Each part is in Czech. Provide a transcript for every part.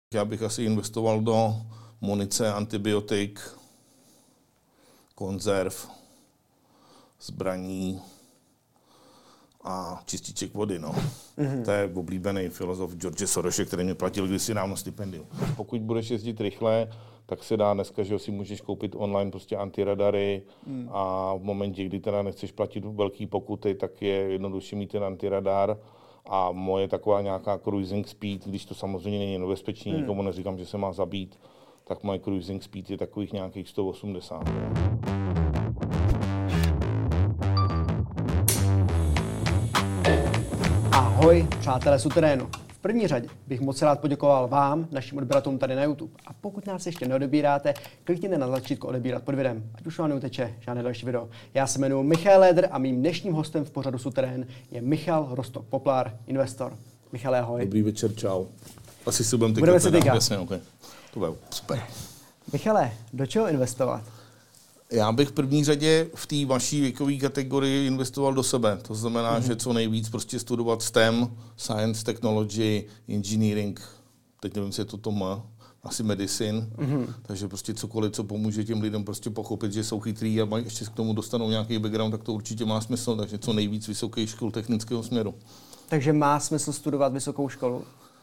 Já bych asi investoval do munice, antibiotik, konzerv, zbraní a čističek vody. No. To je oblíbený filozof George Soros, který mě platil kdysi dávno stipendium. Pokud budeš jezdit rychle, tak se dá dneska, že si můžeš koupit online prostě antiradary a v momentě, kdy teda nechceš platit velký pokuty, tak je jednodušší mít ten antiradar. A moje taková nějaká cruising speed, když to samozřejmě není nebezpečný, nikomu neříkám, že se má zabít, tak moje cruising speed je takových nějakých 180. Ahoj, přátelé suterénu. V první řadě bych moc rád poděkoval vám, našim odběratelům tady na YouTube. A pokud nás ještě neodebíráte, klikněte na tlačítko odebírat pod videem, ať už vám neuteče žádné další video. Já se jmenuji Michal Léder a mým dnešním hostem v pořadu Suterén je Michal Rostok-Poplar, investor. Michale, ahoj. Dobrý večer, čau. Asi si budeme se týkat. Jasně, okay. To bude super. Michale, do čeho investovat? Já bych v první řadě v té vaší věkové kategorii investoval do sebe. To znamená, že co nejvíc prostě studovat STEM, Science, Technology, Engineering, teď nevím, jestli je to TOM, asi Medicine, takže prostě cokoliv, co pomůže těm lidem prostě pochopit, že jsou chytrý a ještě k tomu dostanou nějaký background, tak to určitě má smysl, takže co nejvíc vysokých škol technického směru. Takže má smysl studovat vysokou školu?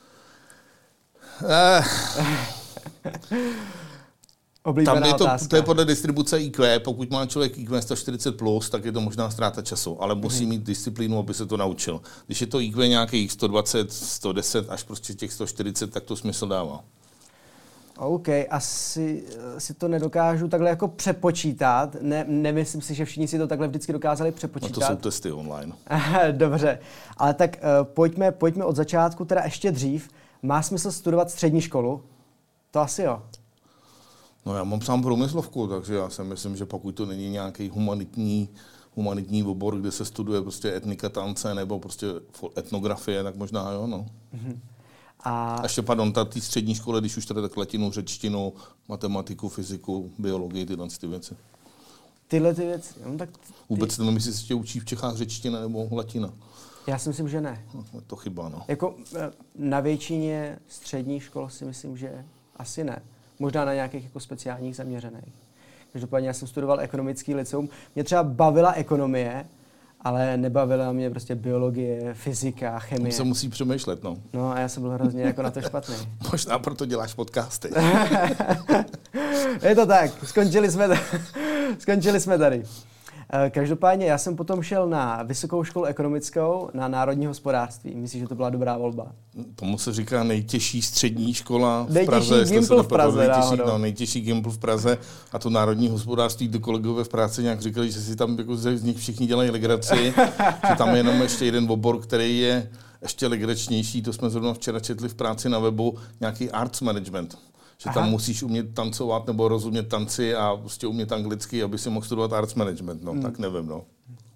Tam je to je podle distribuce IQ. Pokud má člověk IQ 140+, tak je to možná ztráta času, ale musí mít disciplínu, aby se to naučil. Když je to IQ nějakých 120, 110 až prostě těch 140, tak to smysl dává. OK, asi si to nedokážu takhle jako přepočítat. Nemyslím si, že všichni si to takhle vždycky dokázali přepočítat. No to jsou testy online. Dobře, ale tak pojďme od začátku, teda ještě dřív. Má smysl studovat střední školu? To asi jo. No já mám sám průmyslovku, takže já si myslím, že pokud to není nějaký humanitní obor, kde se studuje prostě etnika tance nebo prostě etnografie, tak možná jo, no. A ještě té střední škole, když už tady tak latinu, řečtinu, matematiku, fyziku, biologii, tyhle ty věci. Tyhle ty věci? No, tak vůbec nevím, jestli se ještě učí v Čechách řečtina nebo latina. Já si myslím, že ne. No, to chyba, no. Jako na většině středních škol si myslím, že asi ne. Možná na nějakých jako speciálních zaměřených. Každopádně já jsem studoval ekonomický lyceum. Mě třeba bavila ekonomie, ale nebavila mě prostě biologie, fyzika, chemie. To se musí přemýšlet, no. No a já jsem byl hrozně jako na to špatný. Možná proto děláš podcasty. Je to tak, skončili jsme tady. Každopádně já jsem potom šel na vysokou školu ekonomickou na národní hospodářství. Myslíš, že to byla dobrá volba? Tomu se říká nejtěžší střední škola v Praze. Nejtěžší gimpl v Praze. A to národní hospodářství, ty kolegové v práci nějak říkali, že si tam jako z nich všichni dělají legraci, že tam je jenom ještě jeden obor, který je ještě legračnější. To jsme zrovna včera četli v práci na webu, nějaký arts management. Že tam musíš umět tancovat nebo rozumět tanci a prostě umět anglicky, aby si mohl studovat arts management. No, tak nevím, no.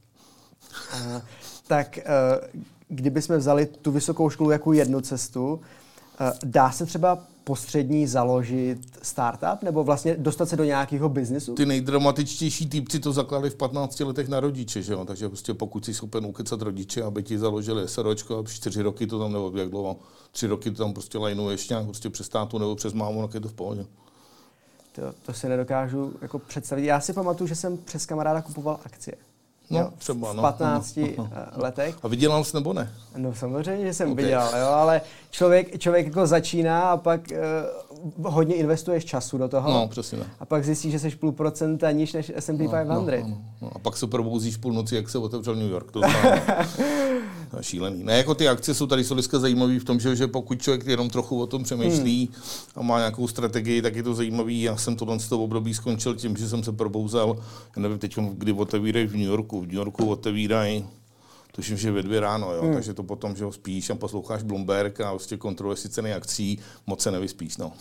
Tak kdybychom vzali tu vysokou školu jako jednu cestu, dá se třeba postřední založit startup nebo vlastně dostat se do nějakého biznesu? Ty nejdramatičtější týpci to zakládali v 15 letech na rodiče, že jo? Takže prostě pokud jsi schopen ukecat rodiče, aby ti založili SROčko a 4 roky to tam, nebo jak dlouho, 3 roky to tam prostě lajnuješ nějak prostě přes tátu nebo přes mámu, tak je to v pohodě. To si nedokážu jako představit. Já si pamatuju, že jsem přes kamaráda kupoval akcie. No, jo, třeba, v 15 letech. A vydělal jsi nebo ne? No samozřejmě, že jsem vydělal, jo, ale člověk jako začíná a pak hodně investuješ času do toho. No, přesně. A pak zjistíš, že jsi 0,5% níž než S&P 500. No. A pak se probouzíš půlnoci, jak se otevřel New York. To je šílený. Ne, jako ty akcie jsou tady dneska zajímavý v tom, že pokud člověk jenom trochu o tom přemýšlí a má nějakou strategii, tak je to zajímavý. Já jsem tohle z toho období skončil tím, že jsem se probouzel, já nevím teď, kdy otevírají v New Yorku. V New Yorku otevírají, tuším, že ve 2 ráno, jo. Takže to potom, že ho spíš a posloucháš Bloomberg a vlastně kontroluješ si ceny akcí, moc se nevyspíš, no.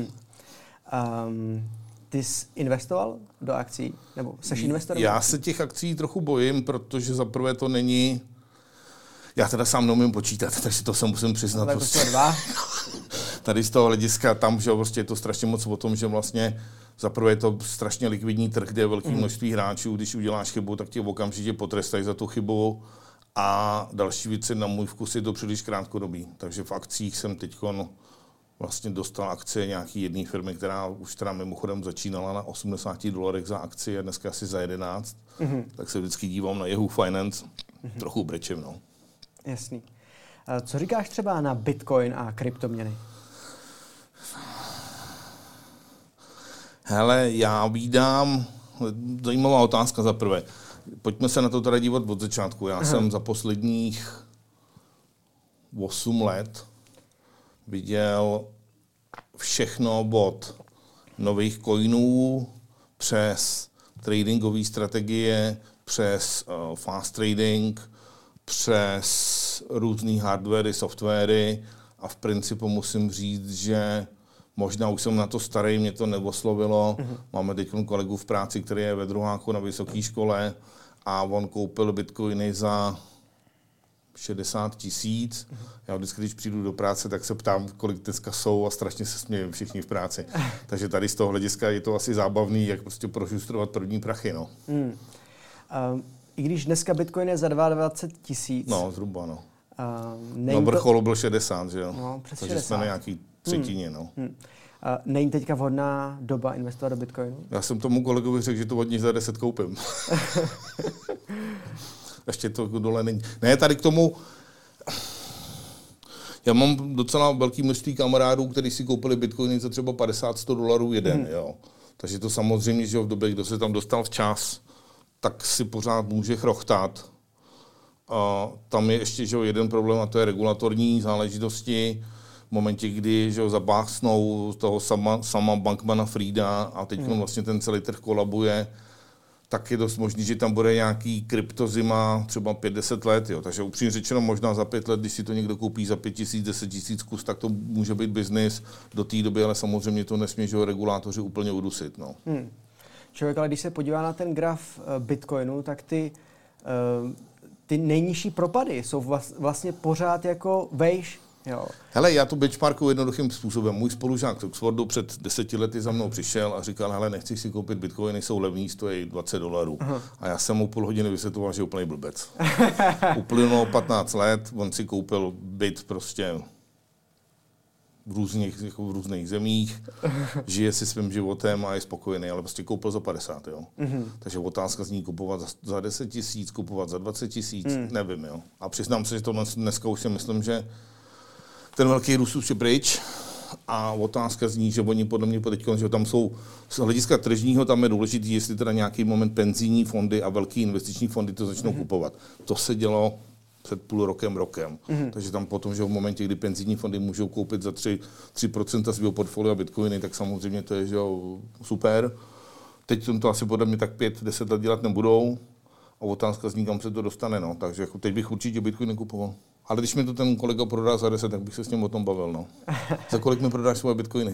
Ty jsi investoval do akcí? Nebo seš investorem? Já se těch akcí trochu bojím, protože zaprvé to není... Já teda sám neumím počítat, takže to se musím přiznat. No, prostě 2. Tady z toho hlediska tam, že prostě je to strašně moc o tom, že vlastně zaprvé je to strašně likvidní trh, kde je velké množství hráčů. Když uděláš chybu, tak tě okamžitě potrestají za tu chybu. A další věc, na můj vkus je to příliš krátkodobý. Takže v akcích jsem teď vlastně dostal akcie nějaký jedné firmy, která už teda mimochodem začínala na $80 za akci a dneska asi za 11. Tak se vždycky dívám na Yahoo Finance. Trochu brečím, no. Jasný. Co říkáš třeba na Bitcoin a kryptoměny? Hele, já vídám, zajímavá otázka za prvé. Pojďme se na to teda dívat od začátku. Já jsem za posledních 8 let viděl všechno od nových coinů přes tradingové strategie, přes fast trading, přes různý hardwary, softwary a v principu musím říct, že možná už jsem na to starý, mě to neoslovilo. Máme teď kolegu v práci, který je ve druháku na vysoké škole a on koupil bitcoiny za 60 000. Já vždycky, když přijdu do práce, tak se ptám, kolik dneska jsou a strašně se smějím všichni v práci. Takže tady z toho hlediska je to asi zábavný, jak prostě prožustrovat první prachy. No. I když dneska Bitcoin je za 22 000. No, zhruba, no. Na vrcholu byl 60, že jo? No, přes takže 60. jsme na nějaký třetině, no. Není teďka vhodná doba investovat do Bitcoinu? Já jsem tomu kolegovi řekl, že to od nich za 10 koupím. Ještě to dole není. Ne, tady k tomu... Já mám docela velký množství kamarádů, kteří si koupili bitcoiny za třeba $50-100 jeden, jo. Takže to samozřejmě, že v době, kdo se tam dostal včas, tak si pořád může chrochtat. A tam je ještě, že jeden problém, a to je regulatorní záležitosti. V momentě, kdy že zabásnou toho sama Bankmana Frieda a teď vlastně ten celý trh kolabuje, tak je dost možný, že tam bude nějaký kryptozima třeba 5-10 let. Jo. Takže upřímně řečeno, možná za 5 let, když si to někdo koupí za 5 000, 10 000 kus, tak to může být biznis do té doby, ale samozřejmě to nesmí, že regulátoři úplně udusit. No. Člověk, ale když se podívá na ten graf Bitcoinu, tak ty nejnižší propady jsou vlastně pořád jako vejš. Jo. Hele, já to benchmarkuju jednoduchým způsobem. Můj spolužák z Oxfordu před 10 lety za mnou přišel a říkal, hele, nechci si koupit bitcoiny, jsou levný, stojí $20. A já jsem mu půl hodiny vysvětloval, že je úplný blbec. Uplynulo 15 let, on si koupil bit prostě v různých zemích, žije si svým životem a je spokojený, ale prostě koupil za 50, jo. Takže otázka zní kupovat za 10 000, kupovat za 20 000, nevím, jo. A přiznám se, že to dneska už si myslím, že ten velký růst už je pryč a otázka zní, že oni podle mě teď, že tam jsou z hlediska tržního, tam je důležitý, jestli teda nějaký moment penzijní fondy a velký investiční fondy to začnou kupovat. To se dělo před půl rokem. Takže tam potom, že v momentě, kdy penzijní fondy můžou koupit za 3% svého portfolia bitcoiny, tak samozřejmě to je že super. Teď to asi podle mě tak 5-10 let dělat nebudou a otázka zní, kam se to dostane. No. Takže jako teď bych určitě bitcoin nekupoval. Ale když mi to ten kolega prodá za 10, tak bych se s ním o tom bavil, no. Za kolik mi prodáš svoje bitcoiny?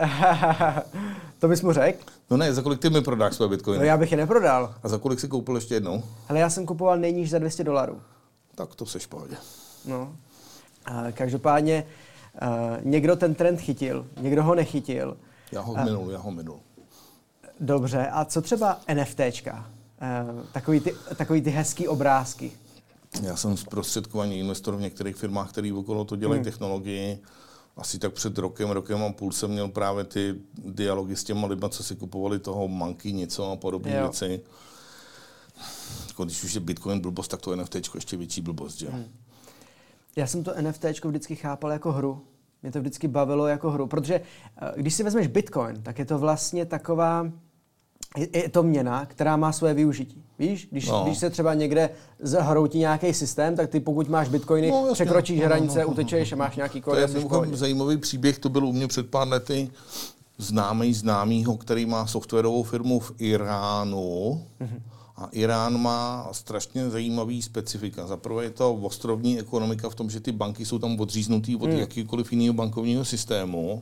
To bys mu řekl? No ne, za kolik ty mi prodáš svoje bitcoiny? No já bych je neprodal. A za kolik si koupil ještě jednou? Ale já jsem kupoval nejníž za $200. Tak to seš v pohodě. No. Každopádně někdo ten trend chytil, někdo ho nechytil. Já ho minul. Dobře, a co třeba NFTčka? Takový ty hezký obrázky. Já jsem zprostředkovaný investor v některých firmách, který okolo to dělají technologii. Asi tak před rokem a půl jsem měl právě ty dialogy s těma lidma, co si kupovali toho Monkey něco a podobné věci. Když už je Bitcoin blbost, tak to NFTčko ještě větší blbost, že? Já jsem to NFTčko vždycky chápal jako hru. Mě to vždycky bavilo jako hru, protože když si vezmeš Bitcoin, tak je to vlastně taková... Je to měna, která má svoje využití. Víš, když se třeba někde zhroutí nějaký systém, tak ty pokud máš bitcoiny, překročíš hranice, utečeš a máš nějaký kód. To je zajímavý příběh, to byl u mě před pár lety známýho, který má softwarovou firmu v Iránu. A Irán má strašně zajímavý specifika. Za prvé je to ostrovní ekonomika v tom, že ty banky jsou tam odříznutý od jakýkoliv jiného bankovního systému.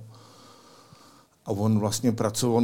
A on vlastně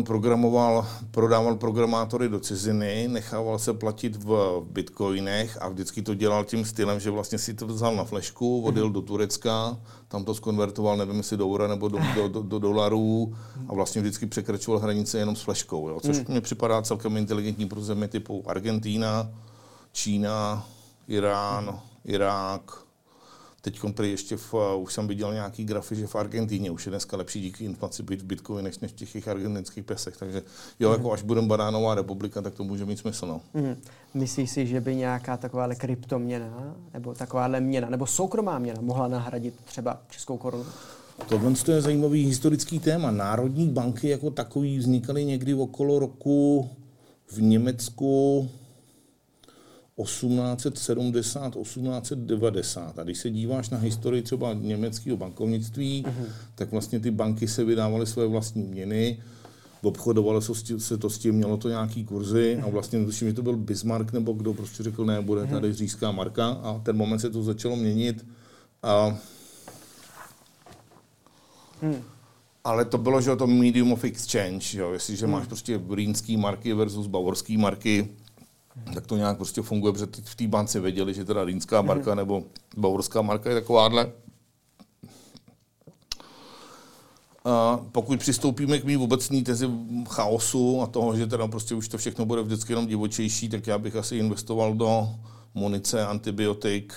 prodával programátory do ciziny, nechával se platit v bitcoinech a vždycky to dělal tím stylem, že vlastně si to vzal na flešku, odjel do Turecka, tam to zkonvertoval, nevím jestli do eura nebo do dolarů a vlastně vždycky překračoval hranice jenom s fleškou. Jo? Což mi připadá celkem inteligentní pro země typu Argentína, Čína, Irán, Irák. Teď ještě už jsem viděl nějaký grafy, že v Argentíně už je dneska lepší díky inflaci být v bitcoin než v těch argentinských pesech. Takže jo, jako až budeme banánová republika, tak to může mít smysl. No. Myslíš si, že by nějaká takováhle kryptoměna, nebo takováhle měna, nebo soukromá měna mohla nahradit třeba českou korunu? Tohle je zajímavý historický téma. Národní banky jako takový vznikaly někdy okolo roku v Německu 1870, 1890. A když se díváš na historii třeba německého bankovnictví, tak vlastně ty banky se vydávaly své vlastní měny, obchodovalo se to s tím, mělo to nějaký kurzy a vlastně tuším, že to byl Bismarck nebo kdo prostě řekl, ne, bude tady říšská marka a ten moment se to začalo měnit. Ale to bylo, že to medium of exchange, jo. Jestliže máš prostě rýnský marky versus bavorský marky, tak to nějak prostě funguje, protože v té bance věděli, že teda rýnská marka nebo bavorská marka je takováhle. Pokud přistoupíme k mý obecné tezi chaosu a toho, že teda prostě už to všechno bude vždycky jenom divočejší, tak já bych asi investoval do munice, antibiotik,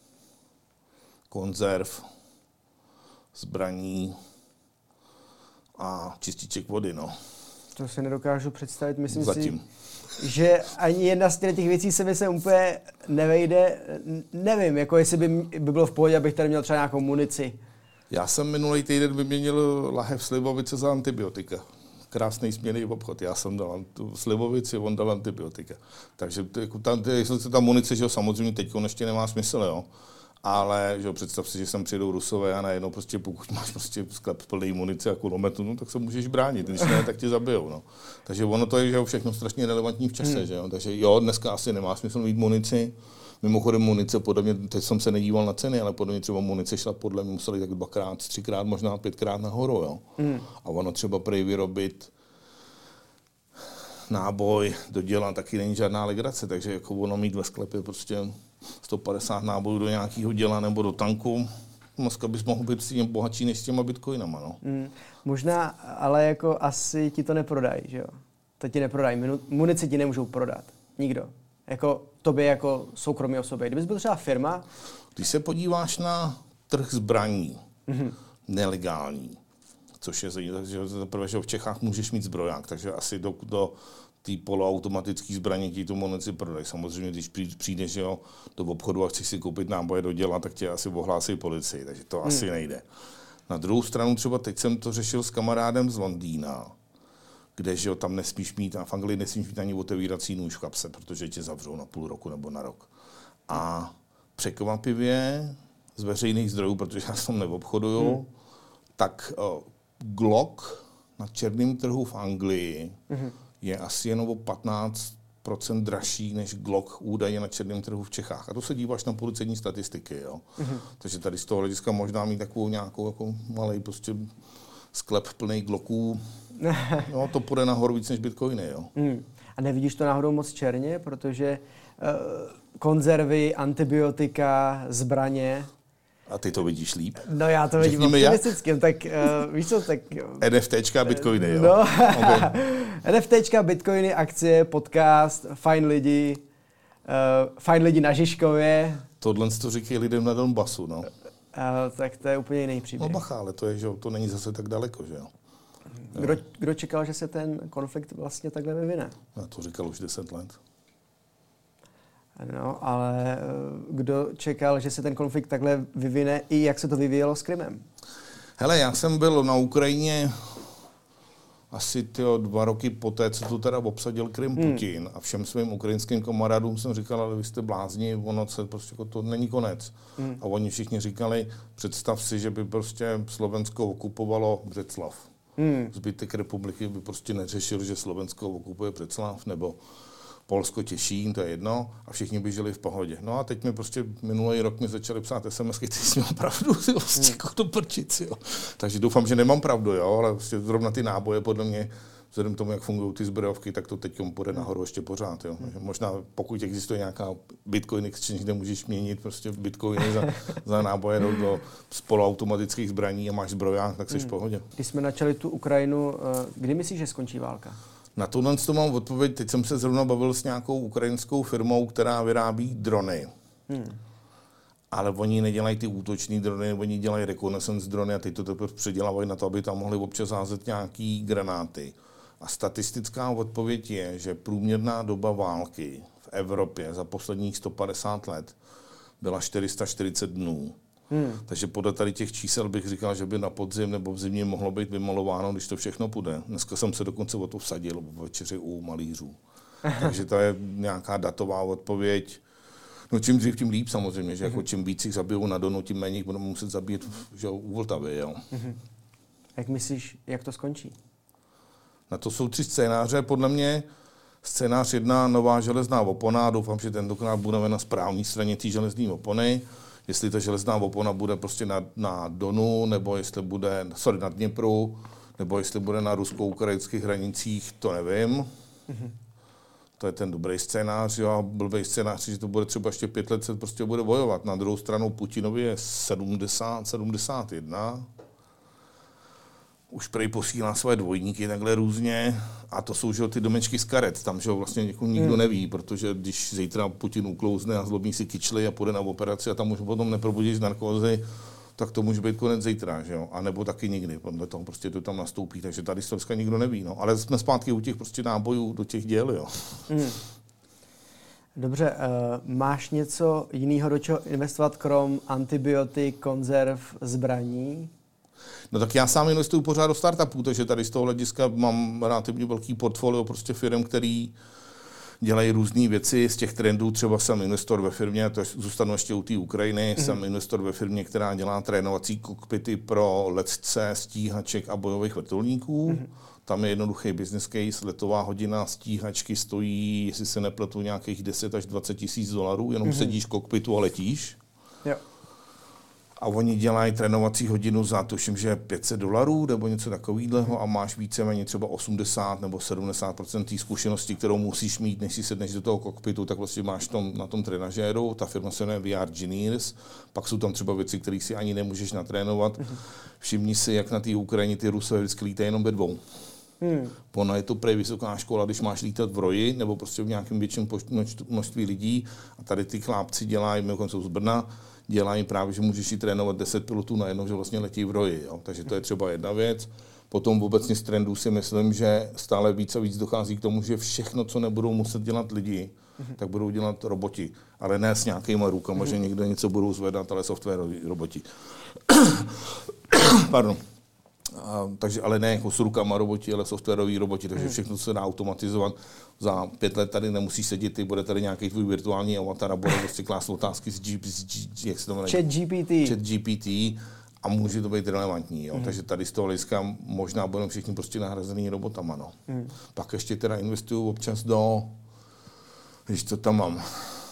konzerv, zbraní a čističek vody, no. To si nedokážu představit, myslím Zatím. si, že ani jedna z těch věcí se mi se úplně nevejde. Nevím, jako jestli by bylo v pohodě, abych tady měl třeba nějakou munici. Já jsem minulý týden vyměnil lahev slivovice za antibiotika. Krásný směnný obchod. Já jsem dal slivovici, on dal antibiotika. Takže ta munice, že jo, samozřejmě teď ještě nemá smysl, jo. Ale že jo, představ si, že sem přijdou Rusové a najednou prostě pokud máš prostě sklep plný munice a kulometu, no, tak se můžeš bránit, když ne, tak tě zabijou. No. Takže ono to je že jo, všechno strašně relevantní v čase. Že jo. Takže jo, dneska asi nemá smysl mít munici. Mimochodem munice, podle mě, teď jsem se nedíval na ceny, ale podle mě třeba munice šla podle mě museli tak 2x, 3x, možná 5x nahoru. Jo. A ono třeba prej vyrobit náboj do děla taky není žádná legrace, takže jako ono mít ve sklepě prostě 150 nábojů do nějakého děla nebo do tanku, dneska bys mohl být s tím bohatší než s těma bitcoinama. No. Možná, ale jako asi ti to neprodají, že jo? To ti neprodají. Munici ti nemůžou prodat. Nikdo. Jako tobě jako soukromý osobě. Kdybys byl třeba firma... Když se podíváš na trh zbraní, nelegální, což je zaprvé, že v Čechách můžeš mít zbroják, takže asi do té poloautomatické zbraně ti tu munici prodají. Samozřejmě, když přijdeš jo, do obchodu a chceš si koupit náboje do děla, tak tě asi ohlásí policii, takže to asi nejde. Na druhou stranu třeba teď jsem to řešil s kamarádem z Londýna, kde že jo, tam nesmíš mít, a v Anglii nesmíš mít ani otevírací nůž v kapse, protože tě zavřou na půl roku nebo na rok. A překvapivě z veřejných zdrojů, protože já s tom neobchoduju, tak Glock na černém trhu v Anglii je asi jen o 15% dražší než Glock údajně na černém trhu v Čechách. A to se díváš na policejní statistiky. Jo? Takže tady z toho hlediska možná mít takovou nějakou jako malej prostě sklep plný Glocků. No, to půjde nahoru víc než bitcoiny. Jo? A nevidíš to náhodou moc černě, protože konzervy, antibiotika, zbraně... A ty to vidíš líp? No já to vidím optimistickým, tak víš co, tak... NFTčka, bitcoiny, jo? No, okay. NFTčka, bitcoiny, akcie, podcast, fajn lidi na Žižkově. Tohle to říkají lidem na Donbasu, no. Tak to je úplně jiný příběh. No bacha, ale to je, že to není zase tak daleko, že jo? Kdo čekal, že se ten konflikt vlastně takhle vyvine? Já to říkal už 10 let. No, ale kdo čekal, že se ten konflikt takhle vyvine i jak se to vyvíjelo s Krymem? Hele, já jsem byl na Ukrajině asi 2 roky poté, co tu teda obsadil Krym Putin a všem svým ukrajinským kamarádům jsem říkal, ale vy jste blázni, ono se prostě to není konec. A oni všichni říkali, představ si, že by prostě Slovensko okupovalo Břeclav. Zbytek republiky by prostě neřešil, že Slovensko okupuje Břeclav nebo Polsko Těšín, to je jedno, a všichni by žili v pohodě. No a teď mi prostě minulý rok mi začali psát SMSky, ty jsi měl pravdu, vlastně to prčic, jo. Takže doufám, že nemám pravdu, jo, ale prostě zrovna ty náboje podle mě, vzhledem tomu, jak fungují ty zbrojovky, tak to teď půjde nahoru ještě pořád, jo. Možná pokud existuje nějaká Bitcoin exchange, kde můžeš měnit prostě bitcoiny za náboje do poloautomatických zbraní a máš zbroják, tak jsi v pohodě. Když jsme načali tu Ukrajinu, kdy myslíš, že skončí válka? Na tohle to mám odpověď. Teď jsem se zrovna bavil s nějakou ukrajinskou firmou, která vyrábí drony. ale oni nedělají ty útoční drony, oni dělají reconnaissance drony a teď to teprve předělávají na to, aby tam mohli občas házet nějaký granáty. A statistická odpověď je, že průměrná doba války v Evropě za posledních 150 let byla 440 dnů. Takže podle tady těch čísel bych říkal, že by na podzim nebo v zimě mohlo být vymalováno, když to všechno půjde. Dneska jsem se dokonce o to vsadil v večeři u malířů. Takže to je nějaká datová odpověď. No čím dřív, tím líp samozřejmě, že jako čím víc jich zabijou na Donu, tím méně jich budeme muset zabít u Vltavy. Jo. Jak myslíš, jak to skončí? Na to jsou 3 scénáře. Podle mě scénář 1, nová železná opona. Doufám, že tentokrát budeme na správné straně té železné opony. Jestli ta železná opona bude prostě na Donu, nebo jestli bude, na Dněpru, nebo jestli bude na rusko-ukrajinských hranicích, to nevím. To je ten dobrý scénář, jo, a blbý scénář, že to bude třeba ještě 5 let se prostě bude bojovat. Na druhou stranu Putinovi je 70, 71. Už prej posílá své dvojníky takhle různě a to jsou že, ty domečky z karet. Tam že, vlastně nikdo neví, protože když zítra Putin uklouzne a zlobí si kyčli a půjde na operaci a tam už potom neprobudí z narkózy, tak to může být konec zítra, že jo? A nebo taky nikdy, podle toho prostě to tam nastoupí, takže tady dneska nikdo neví, no. Ale jsme zpátky u těch prostě nábojů do těch děl, jo. Dobře, máš něco jiného, do čeho investovat, krom antibiotik, konzerv, zbraní? No tak já sám investuju pořád do startupů, takže tady z toho hlediska mám relativně velký portfolio prostě firm, který dělají různé věci z těch trendů. Třeba jsem investor ve firmě, to zůstanu ještě u té Ukrajiny, jsem investor ve firmě, která dělá trénovací kokpity pro letce, stíhaček a bojových vrtulníků. Tam je jednoduchý business case, letová hodina stíhačky stojí, jestli se nepletu, nějakých 10 až 20 tisíc $, jenom sedíš v kokpitu a letíš. Jo. A oni dělají trénovací hodinu za, tuším, že $500 nebo něco takového a máš víceméně třeba 80 nebo 70% té zkušenosti, kterou musíš mít, než si sedneš do toho kokpitu, tak vlastně máš na tom trenažéru. Ta firma se jmenuje VR Engineers, pak jsou tam třeba věci, které si ani nemůžeš natrénovat. Všimni si, jak na té Ukrajině ty Rusové vždycky lítají jenom ve dvou. Ona je to prej vysoká škola, když máš lítat v roji nebo prostě v nějakém větším množství lidí a tady ty chlápci dělají, my jsou z Brna, dělají právě, že můžeš si trénovat 10 pilotů najednou, že vlastně letí v roji. Jo. Takže to je třeba jedna věc. Potom obecně z trendů si myslím, že stále víc a víc dochází k tomu, že všechno, co nebudou muset dělat lidi, tak budou dělat roboti. Ale ne s nějakýma rukama, že někdo něco budou zvedat, ale softwaroví roboti. Pardon. Takže ale ne jako s rukama roboti, ale softwaroví roboti, takže všechno se dá automatizovat. Za 5 let tady nemusíš sedět, ty bude tady nějaký tvůj virtuální avatar a bude prostě klást otázky jak se to jmenuje? ChatGPT a může to být relevantní. Jo? Takže tady z toho hlediska možná budeme všichni prostě nahrazený robotama. No. Pak ještě teda investuju občas do, když to tam mám,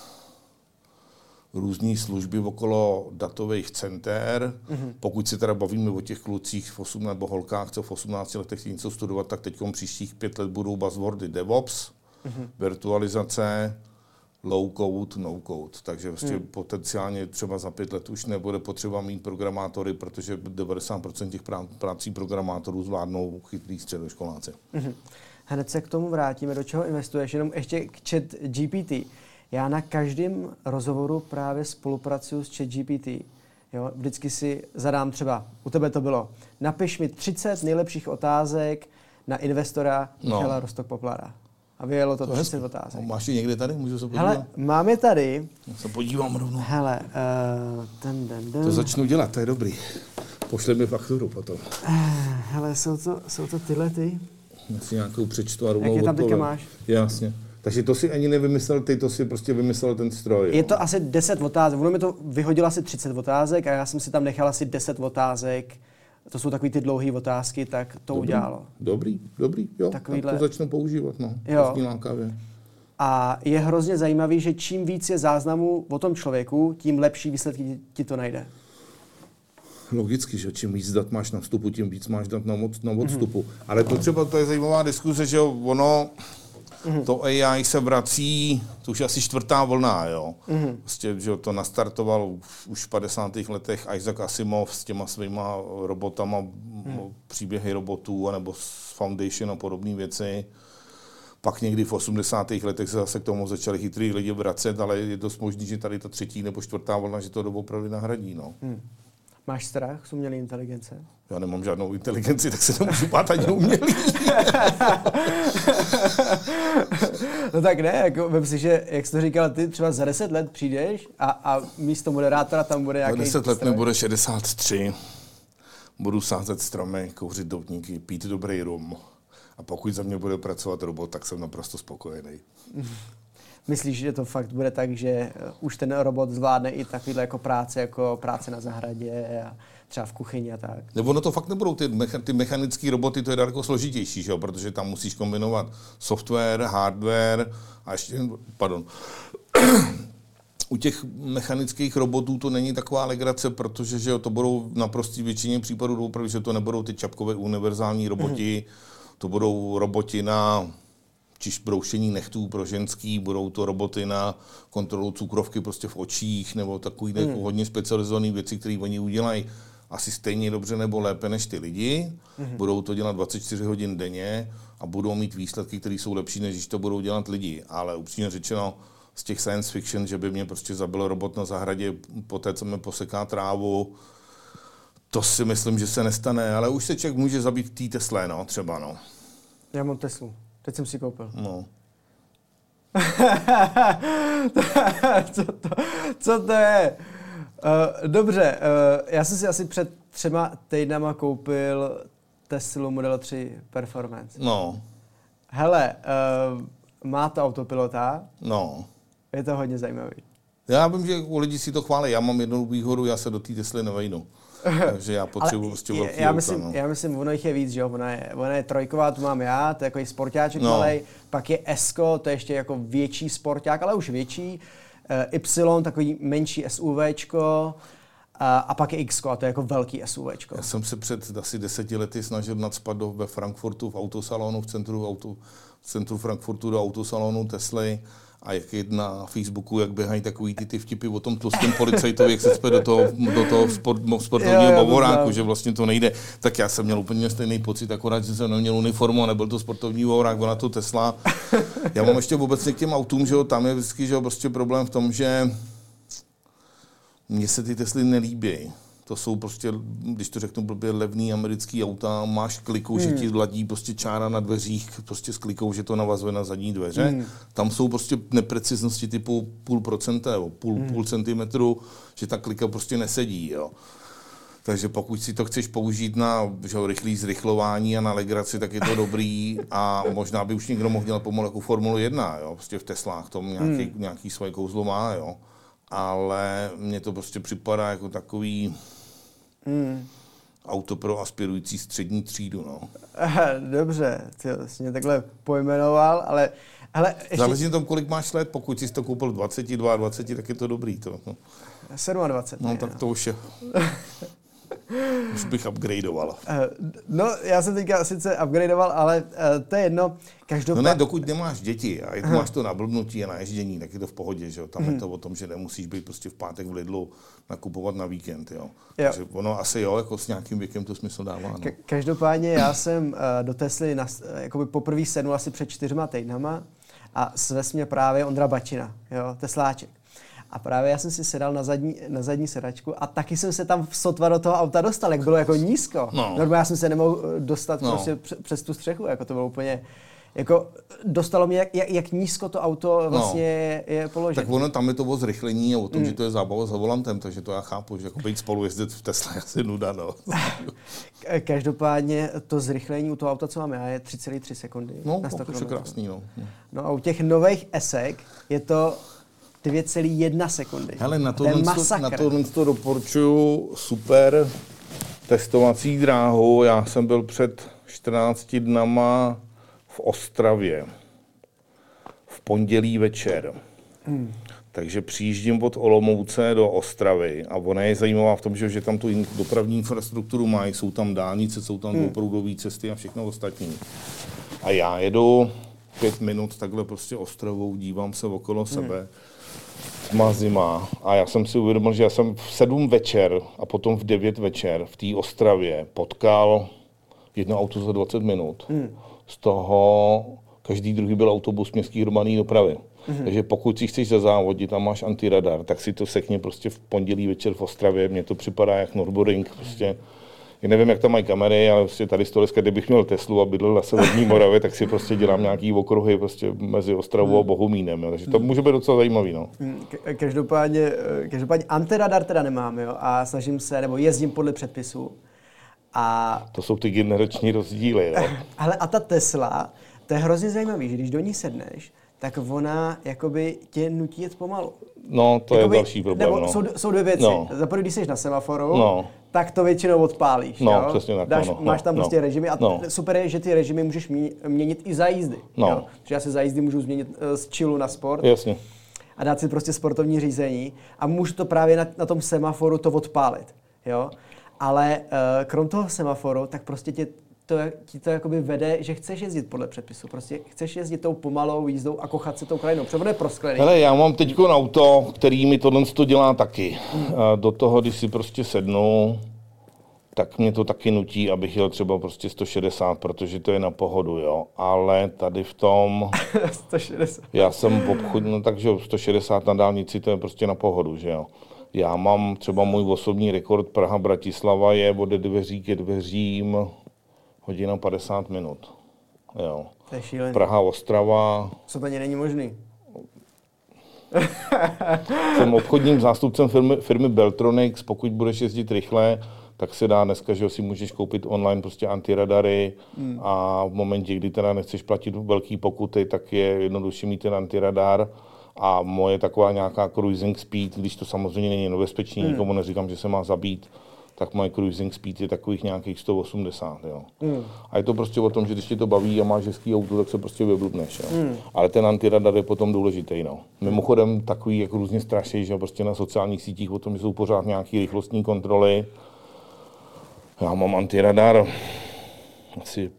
různé služby okolo datových center. Pokud se teda bavíme o těch klucích v 18 nebo holkách, co v 18 letech chtějí něco studovat, tak teď příštích 5 let budou buzzwordy DevOps, virtualizace, low code, no code. Takže vlastně potenciálně třeba za 5 let už nebude potřeba mít programátory, protože 90% těch prací programátorů zvládnou chytrý středoškoláci. Hned se k tomu vrátíme, do čeho investuješ, jenom ještě k ChatGPT. Já na každém rozhovoru právě spolupracuju s ChatGPT. Jo, vždycky si zadám třeba, u tebe to bylo, napiš mi 30 nejlepších otázek na investora Michala Roztok-Poplara. A vyjelo to 30 otázek. Máš je někde tady? Můžu se podívat? Hele, mám je tady. Já se podívám rovnou. Hele, To začnu dělat, to je dobrý. Pošli mi fakturu potom. Hele, jsou to tyhle ty? Já si nějakou přečtu a rovnou. Jak je tam teďka máš? Jasně. Takže to si ani nevymyslel ty, to si prostě vymyslel ten stroj. Je to asi 10 otázek. Ono mi to vyhodilo asi 30 otázek a já jsem si tam nechal asi 10 otázek. To jsou takový ty dlouhé otázky, tak to udělalo. Dobrý, jo. Takovýhle... Tak to začnu používat, no. Jo. Lákavě. A je hrozně zajímavý, že čím víc je záznamů o tom člověku, tím lepší výsledky ti to najde. Logicky, že čím víc dat máš na vstupu, tím víc máš dat na odstupu. Ale to je zajímavá diskuze, že ono... To AI se vrací, to už je asi 4. vlna, jo. Vlastně, že to nastartoval už v 50. letech Isaac Asimov s těma svýma robotama, příběhy robotů, anebo s Foundation a podobné věci. Pak někdy v 80. letech se zase k tomu začali chytrý lidi vracet, ale je dost možný, že tady ta třetí nebo čtvrtá vlna, že to doopravdy nahradí. No. Máš strach z umělé inteligence? Já nemám žádnou inteligenci, tak se nemůžu bát ani umělý. No tak ne, jako vem si, že, jak jsi to říkal, ty třeba za 10 let přijdeš a místo moderátora tam bude nějaký... Za 10 let mi bude 63, budu sázet stromy, kouřit doutníky, pít dobrý rum. A pokud za mě bude pracovat robot, tak jsem naprosto spokojený. Myslíš, že to fakt bude tak, že už ten robot zvládne i takovýhle jako práce na zahradě a třeba v kuchyni a tak? Nebo ono to fakt nebudou ty mechanické roboty, to je daleko složitější, že jo? Protože tam musíš kombinovat software, hardware a ještě, u těch mechanických robotů to není taková legrace, protože že jo, to budou naprostý většině případů opravdu, že to nebudou ty čapkové univerzální roboti, to budou roboti na broušení nechtů pro ženský, budou to roboty na kontrolu cukrovky prostě v očích, nebo takový hodně specializované věci, které oni udělají asi stejně dobře nebo lépe než ty lidi. Budou to dělat 24 hodin denně a budou mít výsledky, které jsou lepší, než když to budou dělat lidi. Ale upřímně řečeno, z těch science fiction, že by mě prostě zabil robot na zahradě po té, co mi poseká trávu, to si myslím, že se nestane, ale už se člověk může zabít v té Tesle, no, třeba, no. Já mám Teslu. Teď jsem si koupil. No. Co to je? Dobře, já jsem si asi před 3 týdnama koupil Teslu Model 3 Performance. No. Hele, má to autopilota. No. Je to hodně zajímavý. Já vím, že u lidí si to chválí. Já mám jednu výhodu, já se do té Tesly nevejdu. Takže já potřebuji prostě velký auta. No. Já myslím, ono jich je víc, že jo? Ona je trojková, tu mám já, to je jako sportáček malej, pak je S-ko, to je ještě jako větší sporták, ale už větší. Y, takový menší SUVčko. A pak je X-ko, a to je jako velký SUVčko. Já jsem se před asi 10 lety snažil nacpat ve Frankfurtu v autosalonu, v centru Frankfurtu do autosalonu Tesly. A jak je na Facebooku, jak běhají takový ty vtipy o tom tlustém policajtovi, jak se cpe do toho sportovního bavoráku, že vlastně to nejde. Tak já jsem měl úplně stejný pocit, akorát, že jsem neměl uniformu a nebyl to sportovní bavorák, byla to Tesla. Já mám ještě obecně k těm autům, že jo, tam je vždycky, že jo, prostě problém v tom, že mně se ty Tesly nelíbí. To jsou prostě, když to řeknu blbě, levný americký auta, máš kliku, že ti ladí prostě čára na dveřích, prostě s klikou, že to navazuje na zadní dveře. Tam jsou prostě nepreciznosti typu 0,5% nebo půl centimetru, že ta klika prostě nesedí, jo. Takže pokud si to chceš použít na rychlé zrychlování a na legraci, tak je to dobrý a možná by už někdo mohl dělat pomalu jako Formulu 1, jo. Prostě v Teslách to nějaký svoje kouzlo má, jo. Ale mně to prostě připadá jako takový auto pro aspirující střední třídu, no. Dobře, ty jsi mě takhle pojmenoval, ale ještě... Záleží na tom, kolik máš let, pokud jsi to koupil 20, 22, tak je to dobrý. To, no. 27. No tak to už je... Už bych upgradeoval. No, já jsem teďka sice upgradeoval, ale to je jedno. No ne, dokud nemáš děti a máš to na blbnutí a na ježdění, tak je to v pohodě, že jo. Tam je to o tom, že nemusíš být prostě v pátek v Lidlu nakupovat na víkend, jo. Takže ono asi jo, jako s nějakým věkem to smysl dává, no. Každopádně já jsem do Tesly jakoby poprvé sednul asi před 4 týdnama a svez mě právě Ondra Bačina, jo, Tesláček. A právě já jsem si sedal na zadní sedačku a taky jsem se tam sotva do toho auta dostal, jak bylo jako nízko. No. Normálně já jsem se nemohl dostat prostě přes tu střechu, jako to bylo úplně... Jako dostalo mě, jak nízko to auto vlastně je položené. Tak ono tam je to o zrychlení a o tom, že to je zábava za volantem, takže to já chápu, že jako být spolu jezdit v Tesle je asi nuda, no. Každopádně to zrychlení u toho auta, co mám já, je 3,3 sekundy na 100 km. No, to je krásný, no. No a u těch nových esek je to 2,1 sekundy. Hele, na to doporučuju super testovací dráhu. Já jsem byl před 14 dnama v Ostravě. V pondělí večer. Takže přijíždím od Olomouce do Ostravy a ona je zajímavá v tom, že tam tu dopravní infrastrukturu mají, jsou tam dálnice, jsou tam dvouproudové cesty a všechno ostatní. A já jedu 5 minut takhle prostě Ostravou, dívám se okolo sebe. Tma zima. A já jsem si uvědomil, že já jsem v 7 večer a potom v 9 večer v té Ostravě potkal jedno auto za 20 minut. Z toho každý druhý byl autobus městské hromadné dopravy. Takže pokud si chceš zazávodit a máš antiradar, tak si to sekni prostě v pondělí večer v Ostravě. Mně to připadá jak Nürburgring. Prostě. Já nevím, jak tam mají kamery, ale prostě tady z toho dneska, kdybych měl Teslu a bydlel na severní Moravě, tak si prostě dělám nějaký okruhy prostě mezi Ostravou a Bohumínem. Jo. Takže to může být docela zajímavý. No. Každopádně antiradar teda nemám, jo, a snažím se, nebo jezdím podle předpisů. A to jsou ty generační rozdíly. Jo. Ale a ta Tesla, to je hrozně zajímavý, že když do ní sedneš, tak ona jakoby tě nutí jet pomalu. No, to jakoby, je další problém. Nebo jsou dvě věci. No. Za první, když jsi na semaforu, tak to většinou odpálíš. No, jo? přesně tak. Máš tam prostě režimy a super je, že ty režimy můžeš měnit i za jízdy. Jo? Že já si za jízdy můžu změnit z chillu na sport. Jasně. A dát si prostě sportovní řízení a můžu to právě na tom semaforu to odpálit. Jo? Ale krom toho semaforu, tak prostě ti to jakoby vede, že chceš jezdit podle předpisu. Prostě chceš jezdit tou pomalou jízdou a kochat se tou krajinou. Převodné prosklený. Hele, já mám teď auto, který mi tohle dělá taky. Do toho, když si prostě sednu, tak mě to taky nutí, abych jel třeba prostě 160, protože to je na pohodu, jo. Ale tady v tom... 160. Já jsem v obchodu, no takže 160 na dálnici, to je prostě na pohodu, že jo. Já mám třeba můj osobní rekord Praha-Bratislava je od dveří ke dveřím hodina 50 minut. Jo. To je šílený. Praha-Ostrava. Co to ani není možný. Jsem obchodním zástupcem firmy Beltronics. Pokud budeš jezdit rychle, tak se dá dneska, že si můžeš koupit online prostě antiradary a v momentě, kdy teda nechceš platit velký pokuty, tak je jednodušší mít ten antiradar. A moje taková nějaká cruising speed, když to samozřejmě není nebezpečný, nikomu neříkám, že se má zabít, tak moje cruising speed je takových nějakých 180, jo. A je to prostě o tom, že když tě to baví a máš hezký auto, tak se prostě vyblbneš, jo. Ale ten antiradar je potom důležitý, no. Mimochodem takový jako různě straší, že prostě na sociálních sítích o tom, že jsou pořád nějaký rychlostní kontroly. Já mám antiradar asi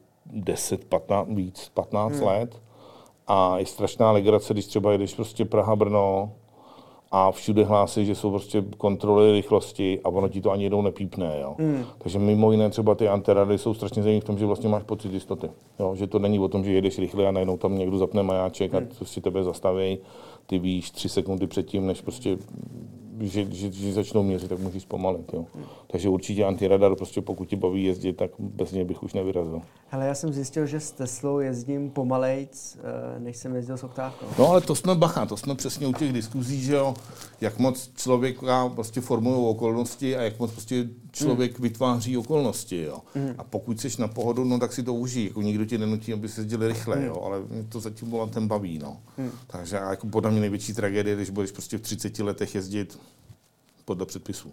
15 let. A je strašná legrace, když třeba jedeš prostě Praha-Brno a všude hlásí, že jsou prostě kontroly rychlosti a ono ti to ani jednou nepípne, jo. Takže mimo jiné třeba ty antiradary jsou strašně zajímavé v tom, že vlastně máš pocit jistoty, jo. Že to není o tom, že jedeš rychle a najednou tam někdo zapne majáček a prostě tebe zastaví, ty víš 3 sekundy předtím, než prostě že začnou měřit, tak můžeš zpomalit. Jo. Takže určitě antiradar, prostě pokud tě baví jezdit, tak bez něj bych už nevyrazil. Hele, já jsem zjistil, že s Teslou jezdím pomalejc, než jsem jezdil s oktávkou. No ale to jsme přesně u těch diskuzí, že jo, jak moc člověk prostě formulují okolnosti a jak moc prostě člověk vytváří okolnosti, jo. A pokud jsi na pohodu, no tak si to užij, jako nikdo tě nenutí, aby se jezdili rychle, jo, ale mě to zatím volantem baví, no. Takže jako podle mě největší tragédie, když budeš prostě v 30 letech jezdit podle předpisů.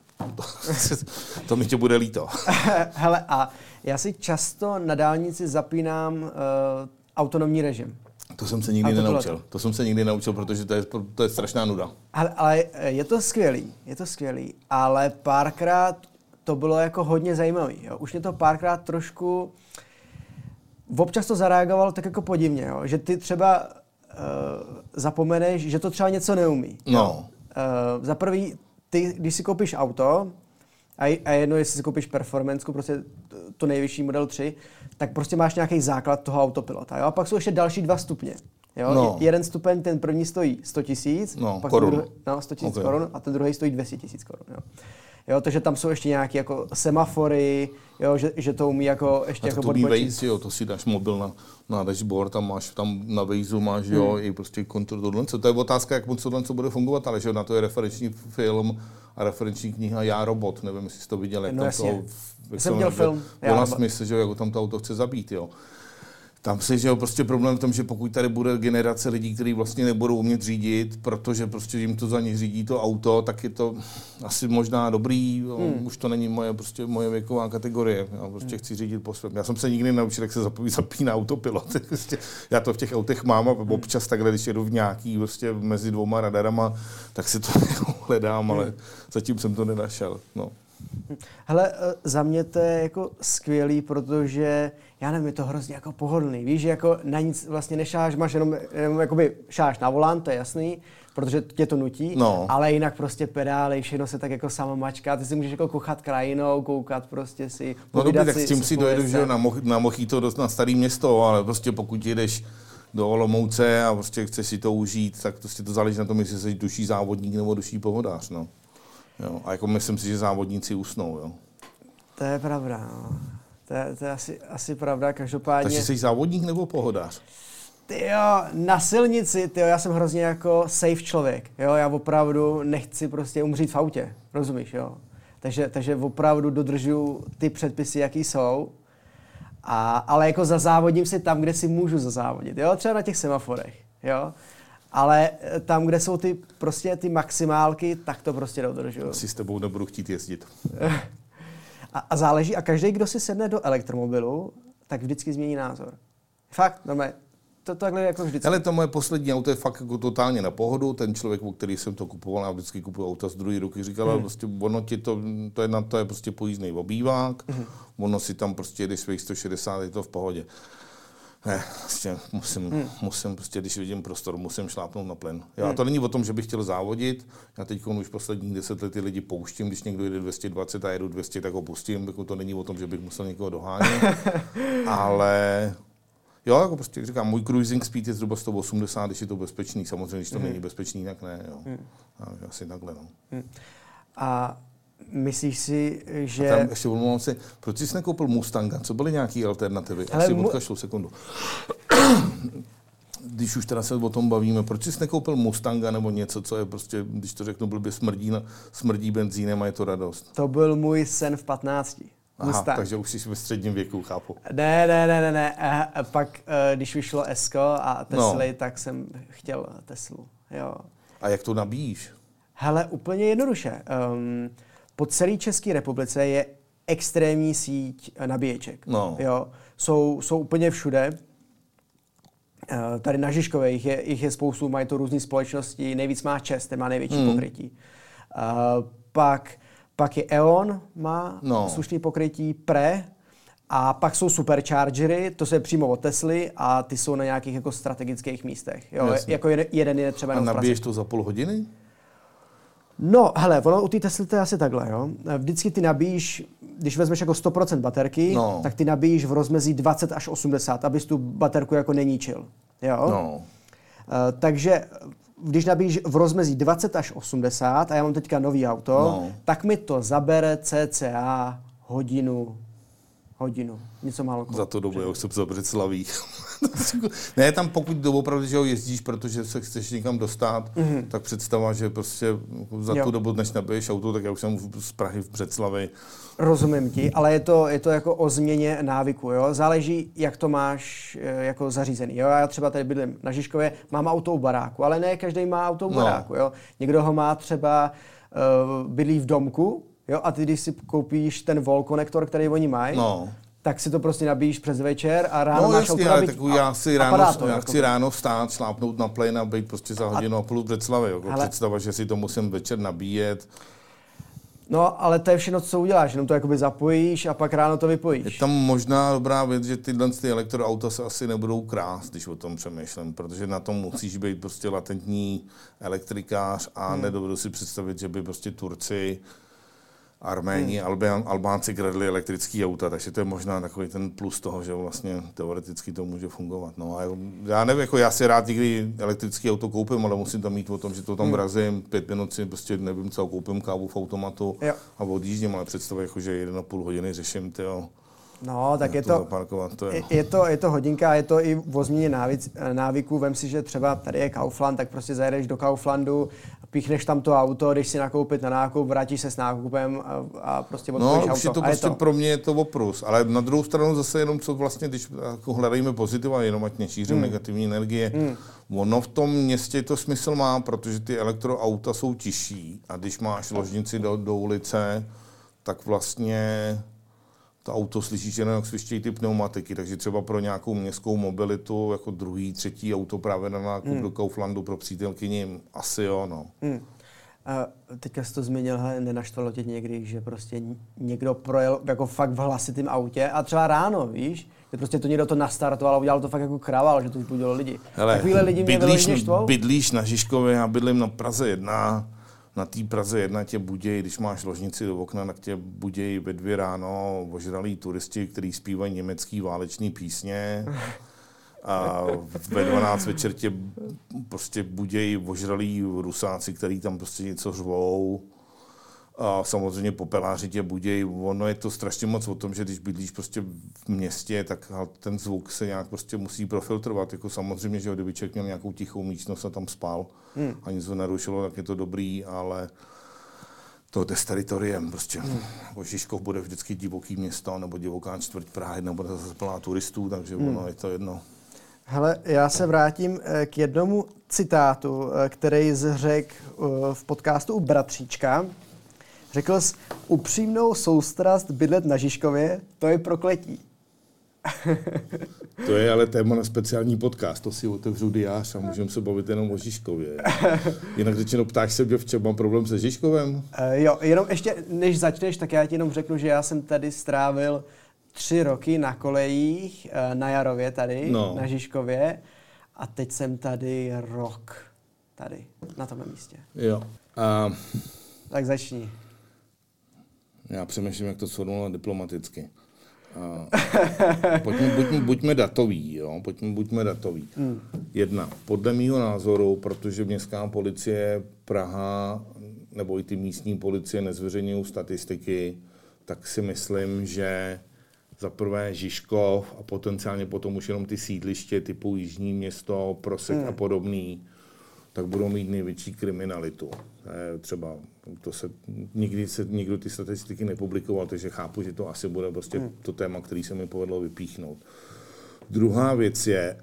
To mi tě bude líto. Hele, a já si často na dálnici zapínám autonomní režim. To jsem se nikdy nenaučil. Protože to je strašná nuda. Ale je to skvělý, ale párkrát to bylo jako hodně zajímavý. Jo. Už mě to párkrát trošku občas to zareagovalo tak jako podivně, jo. Že ty třeba zapomeneš, že to třeba něco neumí. No. Za prvý, ty, když si koupíš auto, a jedno, jestli si koupíš performanceku, prostě tu nejvyšší model 3, tak prostě máš nějaký základ toho autopilota. Jo? A pak jsou ještě další 2 stupně. Jo? No. Jeden stupeň, ten první stojí 100 000, pak korun. 100 000 korun a ten druhý stojí 200 000 korun. Jo? Jo, takže tam jsou ještě nějaké jako semafory, jo, že to umí jako ještě jako podbočit. Waze, jo, to si dáš mobil na dashboard, tam na Wazeu máš, jo, i prostě kontrol tohle. To je otázka, jak moc tohle bude fungovat, ale že na to je referenční film a referenční kniha Já robot, nevím, jestli jsi to viděl, jak no, tam jasně. toho... Jsem dělal film. Byla smysl, že jako tam to auto chce zabít, jo. Tam se, že jo, prostě problém v tom, že pokud tady bude generace lidí, kteří vlastně nebudou umět řídit, protože prostě jim to za ně řídí to auto, tak je to asi možná dobrý, už to není moje věková kategorie. Já prostě chci řídit po svém. Já jsem se nikdy neučil, jak se zapíná autopilot. Já to v těch autech mám a občas takhle, když jedu v nějaký prostě mezi 2 radarama, tak si to hledám, ale zatím jsem to nenašel. No. Hele, za mě to je jako skvělý, protože já nevím, je to hrozně jako pohodlný. Víš, že jako na nic vlastně nešáš, máš jenom jakoby šáš na volant, to je jasný, protože tě to nutí, ale jinak prostě pedály, všechno se tak jako sama mačká, ty si můžeš jako kochat krajinou, koukat prostě si. No dobrý, tak s tím si dojedu, že na Mochito dost na starý město, ale prostě pokud jedeš do Olomouce a prostě chce si to užít, tak prostě to záleží na tom, jestli jsi duší závodník nebo duší pohodář. No. Jo. A jako myslím si, že závodníci usnou. Jo. To je pravda. No. To je asi pravda, každopádně. Takže jsi závodník nebo pohodář? Tyjo, na silnici, já jsem hrozně jako safe člověk. Jo? Já opravdu nechci prostě umřít v autě. Rozumíš, jo? Takže opravdu dodržuju ty předpisy, jaký jsou. Ale jako zazávodím si tam, kde si můžu zazávodit. Jo? Třeba na těch semaforech. Jo? Ale tam, kde jsou ty maximálky, tak to prostě dodržuju. Asi s tebou nebudu chtít jezdit. A záleží, a každý, kdo si sedne do elektromobilu, tak vždycky změní názor. Fakt, normálně. To takhle jako vždycky. Ale to moje poslední auto je fakt jako totálně na pohodu. Ten člověk, o který jsem to kupoval, já vždycky kupuju auta z druhé ruky, říkal, prostě ono ti to je prostě pojízdný obývák, ono si tam prostě jedeš svých 160, je to v pohodě. Ne, prostě musím prostě, když vidím prostor, musím šlápnout na plyn. A to není o tom, že bych chtěl závodit. Já teď už posledních 10 let ty lidi pouštím, když někdo jede 220 a jedu 200, tak ho pustím. Jako to není o tom, že bych musel někoho dohánět. Ale jo, jako prostě, jak říkám, můj cruising speed je zhruba 180, když je to bezpečný. Samozřejmě, když to není bezpečný, tak ne. Jo. Asi takhle, no. A myslíš si, že... A tam ještě omlouvám se, proč jsi nekoupil Mustanga? Co byly nějaké alternativy? Asi odkašlu sekundu. Když už teda se o tom bavíme, proč jsi nekoupil Mustanga nebo něco, co je prostě, když to řeknu, blbě smrdí benzínem a je to radost? To byl můj sen v 15. Aha, Mustang. takže už jsi ve středním věku, chápu. Ne. Pak, když vyšlo Esko a Tesly, tak jsem chtěl Teslu. Jo. A jak to nabíjíš? Hele, úplně jednoduše. Po celé České republice je extrémní síť nabíječek. No. Jo. Jsou úplně všude. Tady na Žižkově jich je spoustu, mají to různé společnosti. Nejvíc má ČEZ, ten má největší pokrytí. Pak je E.ON, má slušný pokrytí, Pre, a pak jsou superchargery, to je přímo od Tesly a ty jsou na nějakých jako strategických místech. Jo? Jako jeden je třeba jenom v Praze. A nabíješ to za půl hodiny? No, hele, ono u té Tesly to je asi takhle, jo. Vždycky ty nabíjíš, když vezmeš jako 100% baterky, tak ty nabíjíš v rozmezí 20 až 80, abys tu baterku jako neníčil, jo. No. Takže když nabíjíš v rozmezí 20 až 80, a já mám teďka nový auto, tak mi to zabere cca hodinu, něco málo. Za to dobu, já už jsem za Břeclaví. Ne, tam pokud opravdu, že ho jezdíš, protože se chceš někam dostat, tak představa, že prostě za tu dobu, než nabiješ auto, tak já už jsem z Prahy v Břeclavi. Rozumím ti, ale je to jako o změně návyku, jo? Záleží, jak to máš jako zařízený, jo? Já třeba tady bydlím na Žižkově, mám auto u baráku, ale ne každý má auto u baráku, jo? Někdo ho má třeba, bydlí v domku, jo? A ty, když si koupíš ten wall konektor, který oni mají, tak si to prostě nabíjíš přes večer a ráno máš auto nabít. Já chci ráno vstát, šlápnout na plyn a být prostě za hodinu a půl v Břeclavi. Jako představa, že si to musím večer nabíjet. No, ale to je všechno, co uděláš, jenom to jakoby zapojíš a pak ráno to vypojíš. Je tam možná dobrá věc, že tyhle elektroauta se asi nebudou krást, když o tom přemýšlím, protože na tom musíš být prostě latentní elektrikář a nedovedu si představit, že by prostě Turci, Arméni, Albánci kradli elektrický auta, takže to je možná takový ten plus toho, že vlastně teoreticky to může fungovat. No a já nevím, jako já si rád někdy elektrický auto koupím, ale musím tam mít o tom, že to tam vrazím, 5 minut si prostě nevím co, koupím kávu v automatu a odjíždím, ale představuji, jako, že 1,5 hodiny řeším, tyjo. No, tak je to hodinka, je to i o změně návyků. Vem si, že třeba tady je Kaufland, tak prostě zajedeš do Kauflandu, píchneš tam to auto, jdeš si nakoupit na nákup, vrátíš se s nákupem a prostě odpojíš auto. No, už je to prostě pro mě je to oprus, ale na druhou stranu zase jenom co vlastně, když jako hledajme pozitiva, jenom ať nešířím negativní energie. Ono v tom městě to smysl má, protože ty elektroauta jsou tižší a když máš ložnici do ulice, tak vlastně to auto slyšíš jenom, jak svištějí ty pneumatiky, takže třeba pro nějakou městskou mobilitu, jako druhý, třetí auto právě na nákup do Kauflandu pro přítelkyni, asi jo, no. Teďka jsi to zmínil, nenaštvalo tě někdy, že prostě někdo projel jako fakt v hlasitým autě a třeba ráno, víš, že prostě to někdo to nastartoval a udělal to fakt jako kraval, že to vzbudilo lidi. Hele, takovýhle lidi mě vyloženě štvou. Bydlíš na Žižkově, já bydlím na Praze 1. Na té Praze 1 tě budějí, když máš ložnici do okna, tak tě budějí ve 2 ráno ožralí turisti, kteří zpívají německý válečný písně. A ve 12 večer tě prostě budějí ožralí Rusáci, který tam prostě něco řvou. A samozřejmě popeláři tě budějí. Ono je to strašně moc o tom, že když bydlíš prostě v městě, tak ten zvuk se nějak prostě musí profiltrovat. Jako samozřejmě, že kdyby člověk měl nějakou tichou místnost a tam spal a nic ho nerušilo, tak je to dobrý, ale to jde s teritoriem. Prostě Žižkov bude vždycky divoký město, nebo divoká čtvrť Prahy, nebo bude zase plná turistů, takže ono je to jedno. Hele, já se vrátím k jednomu citátu, který řekl v podcastu u Bratříčka. Řekl jsi, upřímnou soustrast bydlet na Žižkově, to je prokletí. To je ale téma na speciální podcast, to si otevřu diář a můžeme se bavit jenom o Žižkově. Jinak řečeno, ptáš se, v čem mám problém se Žižkovem? Jo, jenom ještě než začneš, tak já ti jenom řeknu, že já jsem tady strávil 3 roky na kolejích, na Jarově tady, na Žižkově a teď jsem tady rok, tady, na tomhle místě. Jo. Tak začni. Já přemýšlím, jak to sformulovat diplomaticky. Buďme datoví, jo? Buďme datoví. 1. Podle mýho názoru, protože městská policie Praha nebo i ty místní policie nezveřejňují statistiky, tak si myslím, že za prvé Žižkov a potenciálně potom už jenom ty sídliště typu Jižní Město, Prosek a podobný, tak budou mít největší kriminalitu. Třeba nikdo ty statistiky nepublikoval, takže chápu, že to asi bude prostě to téma, který se mi povedlo vypíchnout. Druhá věc je,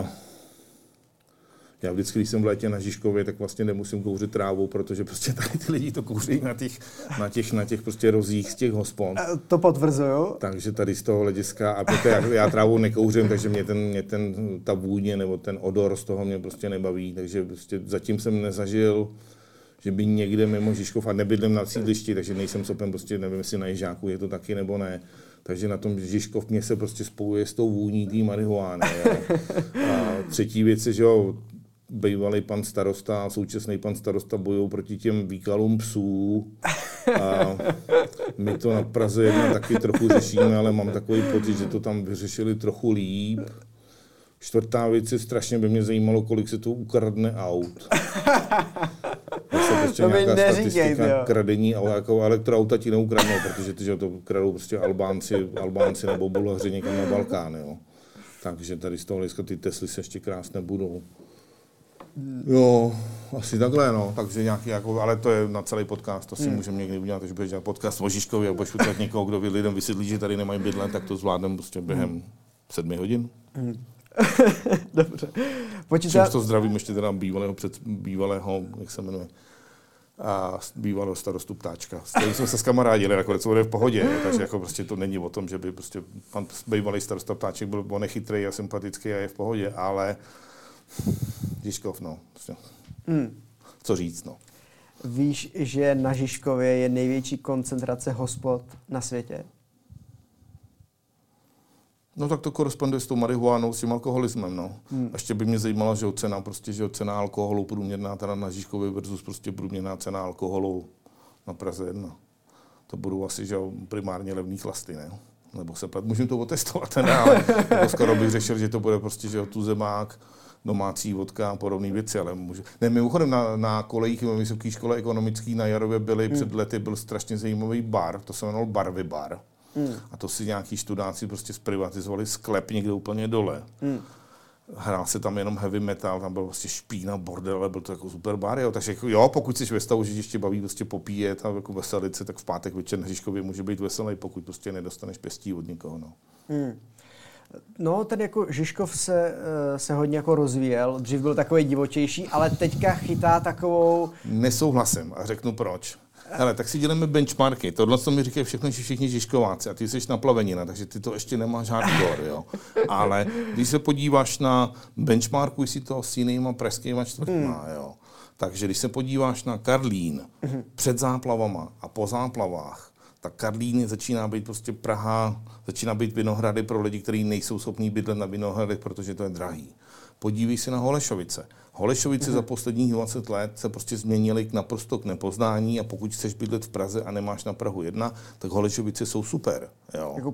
já vždycky, když jsem v létě na Žižkově, tak vlastně nemusím kouřit trávu, protože prostě tady ty lidi to kouří na těch prostě rozích z těch hospod. To potvrzuju. Takže tady z toho hlediska, a protože já trávu nekouřím, takže mě ta vůně nebo ten odor z toho mě prostě nebaví, takže prostě zatím jsem nezažil, že by někde mimo Žižkov, a nebydlím na sídlišti, takže nejsem schopen prostě, nevím, jestli na Jižáku je to taky nebo ne. Takže na tom Žižkov mě se prostě spojuje s tou vůní té marihuány. A třetí věc je, že jo, bývalý pan starosta a současný pan starosta bojují proti těm výkalům psů. A my to na Praze 1 taky trochu řešíme, ale mám takový pocit, že to tam vyřešili trochu líp. Čtvrtá věc je, strašně by mě zajímalo, kolik se to ukradne aut. Prostě nějaká statistika kradení, ale jako elektroauta ti neukradnou, protože to kradou prostě Albánci nebo Bulhaři někam na Balkán. Jo. Takže tady z toho hlediska ty Tesly se ještě krásně nebudou. Jo, asi takhle, no. Takže nějaký, jako, ale to je na celý podcast, to si můžeme někdy udělat, že budeš dělat podcast o Žižkově a budeš vytrat někoho, kdo lidem vysvětlí, že tady nemají bydlet, tak to zvládneme prostě během 7 hodin. Dobře. Čímž to zdravím ještě teda bývalého, jak se jmenuje, bývalého starostu Ptáčka. S kterým jsme se skamarádili, nakonec to bude v pohodě, takže jako prostě to není o tom, že by prostě pan bývalý starosta Ptáček byl nechytrý a sympatický a je v pohodě, ale Žižkov, no. Prostě. Co říct, no. Víš, že na Žižkově je největší koncentrace hospod na světě? No tak to koresponduje s tou marihuánou, s tím alkoholismem, no. A ještě by mě zajímalo, že cena alkoholu průměrná teda na Žižkově versus prostě průměrná cena alkoholu na Praze 1. To budou asi, že primárně levný chlasty, ne? Nebo se můžeme to otestovat, ne, ale jako skoro bych řešil, že to bude prostě, že tuzemák, domácí vodka a podobné věci, ale může. Ne, mimochodem na kolejích ve Vysoké škole ekonomické na Jarově před lety byl strašně zajímavý bar, to se jmenoval Barvy bar. A to si nějaký študáci prostě zprivatizovali sklep někde úplně dole. Hrál se tam jenom heavy metal, tam byl prostě špína, bordel, ale byl to jako super bar, jo. Takže jako, jo, pokud jsi ve stavu, že ještě baví prostě popíjet a jako veselit se, tak v pátek večer na Žižkově může být veselý, pokud prostě nedostaneš pěstí od nikoho, no. No, ten jako Žižkov se hodně jako rozvíjel, dřív byl takový divočejší, ale teďka chytá takovou... Nesouhlasím a řeknu proč. Hele, tak si děláme benchmarky. Tohle to mi říkají všichni Žižkováci a ty jsi na plavenina, takže ty to ještě nemáš hardcore, jo. Ale když se podíváš na benchmarku, si to s jinýma pražskýma čtvrtma, jo. Takže když se podíváš na Karlín před záplavama a po záplavách, tak Karlín začíná být prostě Praha, začíná být Vinohrady pro lidi, kteří nejsou schopní bydlet na Vinohradech, protože to je drahý. Podívej se na Holešovice. Holešovice za posledních 20 let se prostě změnily naprosto k nepoznání a pokud chceš bydlet v Praze a nemáš na Prahu 1, tak Holešovice jsou super. Jo. Jako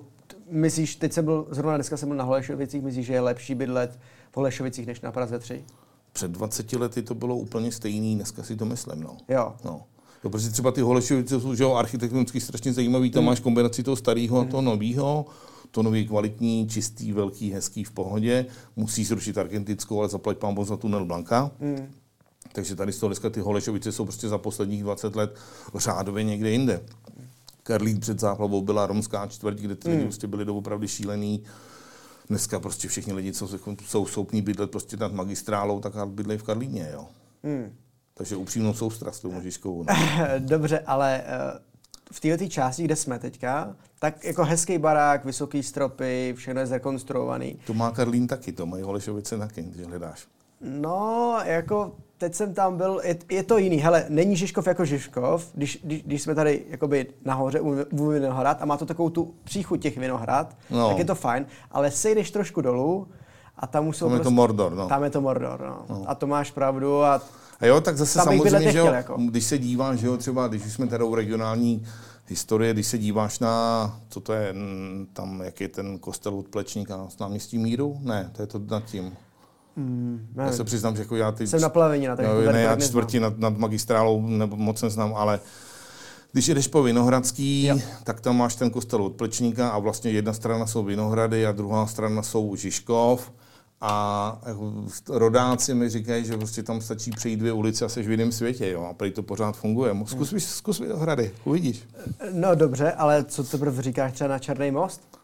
myslíš, dneska jsem byl na Holešovicích, myslíš, že je lepší bydlet v Holešovicích než na Praze 3? Před 20 lety to bylo úplně stejný, dneska si to myslím, no. Jo. No. Jo, protože třeba ty Holešovice jsou, že jo, architektonicky strašně zajímavý, tam máš kombinaci toho starého a toho nového. To nový kvalitní, čistý, velký, hezký, v pohodě. Musíš zrušit argentickou, ale zaplať pán Boh za tunel Blanka. Takže tady z toho dneska ty Holešovice jsou prostě za posledních 20 let řádově někde jinde. Karlík před záplavou byla romská čtvrť, kde ty lidi prostě byli doopravdy šílený. Dneska prostě všichni lidi, co jsou schopní bydlet prostě nad magistrálou, tak bydlejí v Karlíně, jo. Takže upřímnou soustrast tou Žižkovou. No. Dobře, ale v této části, kde jsme teďka, tak jako hezký barák, vysoký stropy, všechno je zrekonstruovaný. To má Karlín taky, to mají Holešovice taky, když hledáš. No, jako teď jsem tam byl, je to jiný. Hele, není Žižkov jako Žižkov, když jsme tady jakoby nahoře u Vinohrad a má to takovou tu příchuť těch Vinohrad, tak je to fajn, ale sejdeš trošku dolů a tam už jsou je to Mordor, no. Tam je to Mordor, no. A to máš pravdu a jo, tak zase samozřejmě, že jo, jako. Když se díváš, že jo, třeba, když jsme tady u regionální historie, když se díváš na, co to je, tam, jak je ten kostel od Plečníka, s náměstí Míru? Ne, to je to nad tím. Já se přiznám, že jako já ty... Jsem na Plavení, na já čtvrtí nad magistrálou nebo moc neznám, ale když jdeš po Vinohradský, tak tam máš ten kostel od Plečníka a vlastně jedna strana jsou Vinohrady a druhá strana jsou Žižkov. A rodáci mi říkají, že prostě tam stačí přejít 2 ulice a seš v jiném světě, jo, a prý to pořád funguje. Zkus Vinohrady, uvidíš. No dobře, ale co teprve říkáš třeba na Černý most?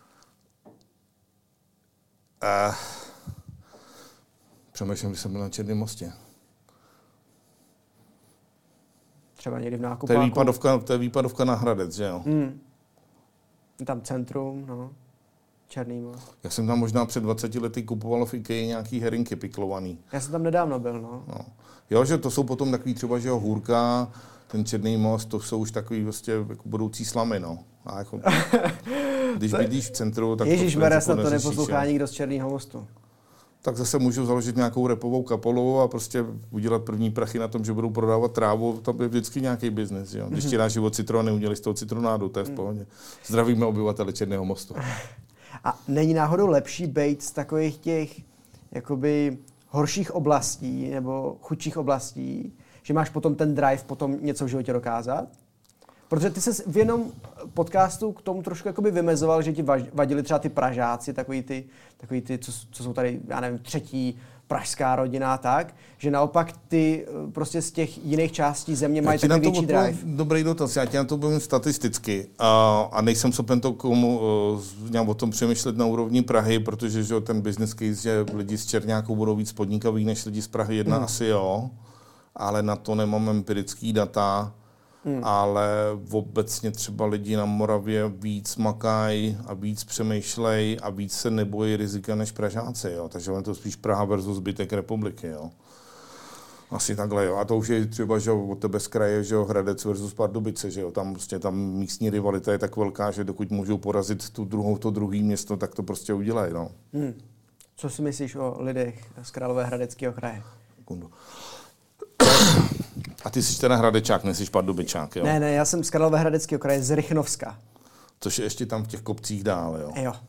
Přemýšlím, když jsem byl na Černém mostě. Třeba někdy v Nákupáku. To je výpadovka na Hradec, že jo? Tam centrum, no. Černý most. Já jsem tam možná před 20 lety kupoval v IKEA nějaký herinky piklovaný. Já jsem tam nedávno byl, no. Jo, že to jsou potom takový třeba, že jo, Hůrka, ten Černý most, to jsou už takový vlastně jako budoucí slamy, no. A jako, když bydlíš v centru, tak Ježišmarja, snad to neposlouchá nikdo z Černého mostu. Tak zase můžu založit nějakou repovou kapelu a prostě udělat první prachy na tom, že budou prodávat trávu, tam je vždycky nějaký biznes, jo. Když ti dáš život citrony, udělali z toho citronádu, to je v pohodě. Zdravíme obyvatele Černého mostu. A není náhodou lepší bejt z takových těch jakoby horších oblastí nebo chudších oblastí, že máš potom ten drive potom něco v životě dokázat? Protože ty ses v jednom podcastu k tomu trošku jakoby vymezoval, že ti vadili třeba ty Pražáci, takový ty co jsou tady, já nevím, třetí pražská rodina a tak, že naopak ty prostě z těch jiných částí země mají takový větší drive. Dobrý dotaz, já ti na to povím statisticky a nejsem schopen to komu o tom přemýšlet na úrovni Prahy, protože že ten business case, že lidi z Černáku budou víc podnikaví než lidi z Prahy 1 asi jo, ale na to nemám empirický data. Ale obecně třeba lidi na Moravě víc makají a víc přemýšlejí a víc se nebojí rizika než Pražáci, jo. Takže je to spíš Praha versus zbytek republiky, jo. Asi takhle, jo. A to už je třeba, že od tebe z kraje, že jo, Hradec versus Pardubice, že jo. Tam prostě místní rivalita je tak velká, že dokud můžou porazit to druhé město, tak to prostě udělají, no. Co si myslíš o lidech z Královéhradeckého kraje? A ty jsi teda Hradečák, nejsi Pardubičák, jo? Ne, já jsem z Královéhradeckého kraje, z Rychnovska. Což je ještě tam v těch kopcích dál, jo? Jo.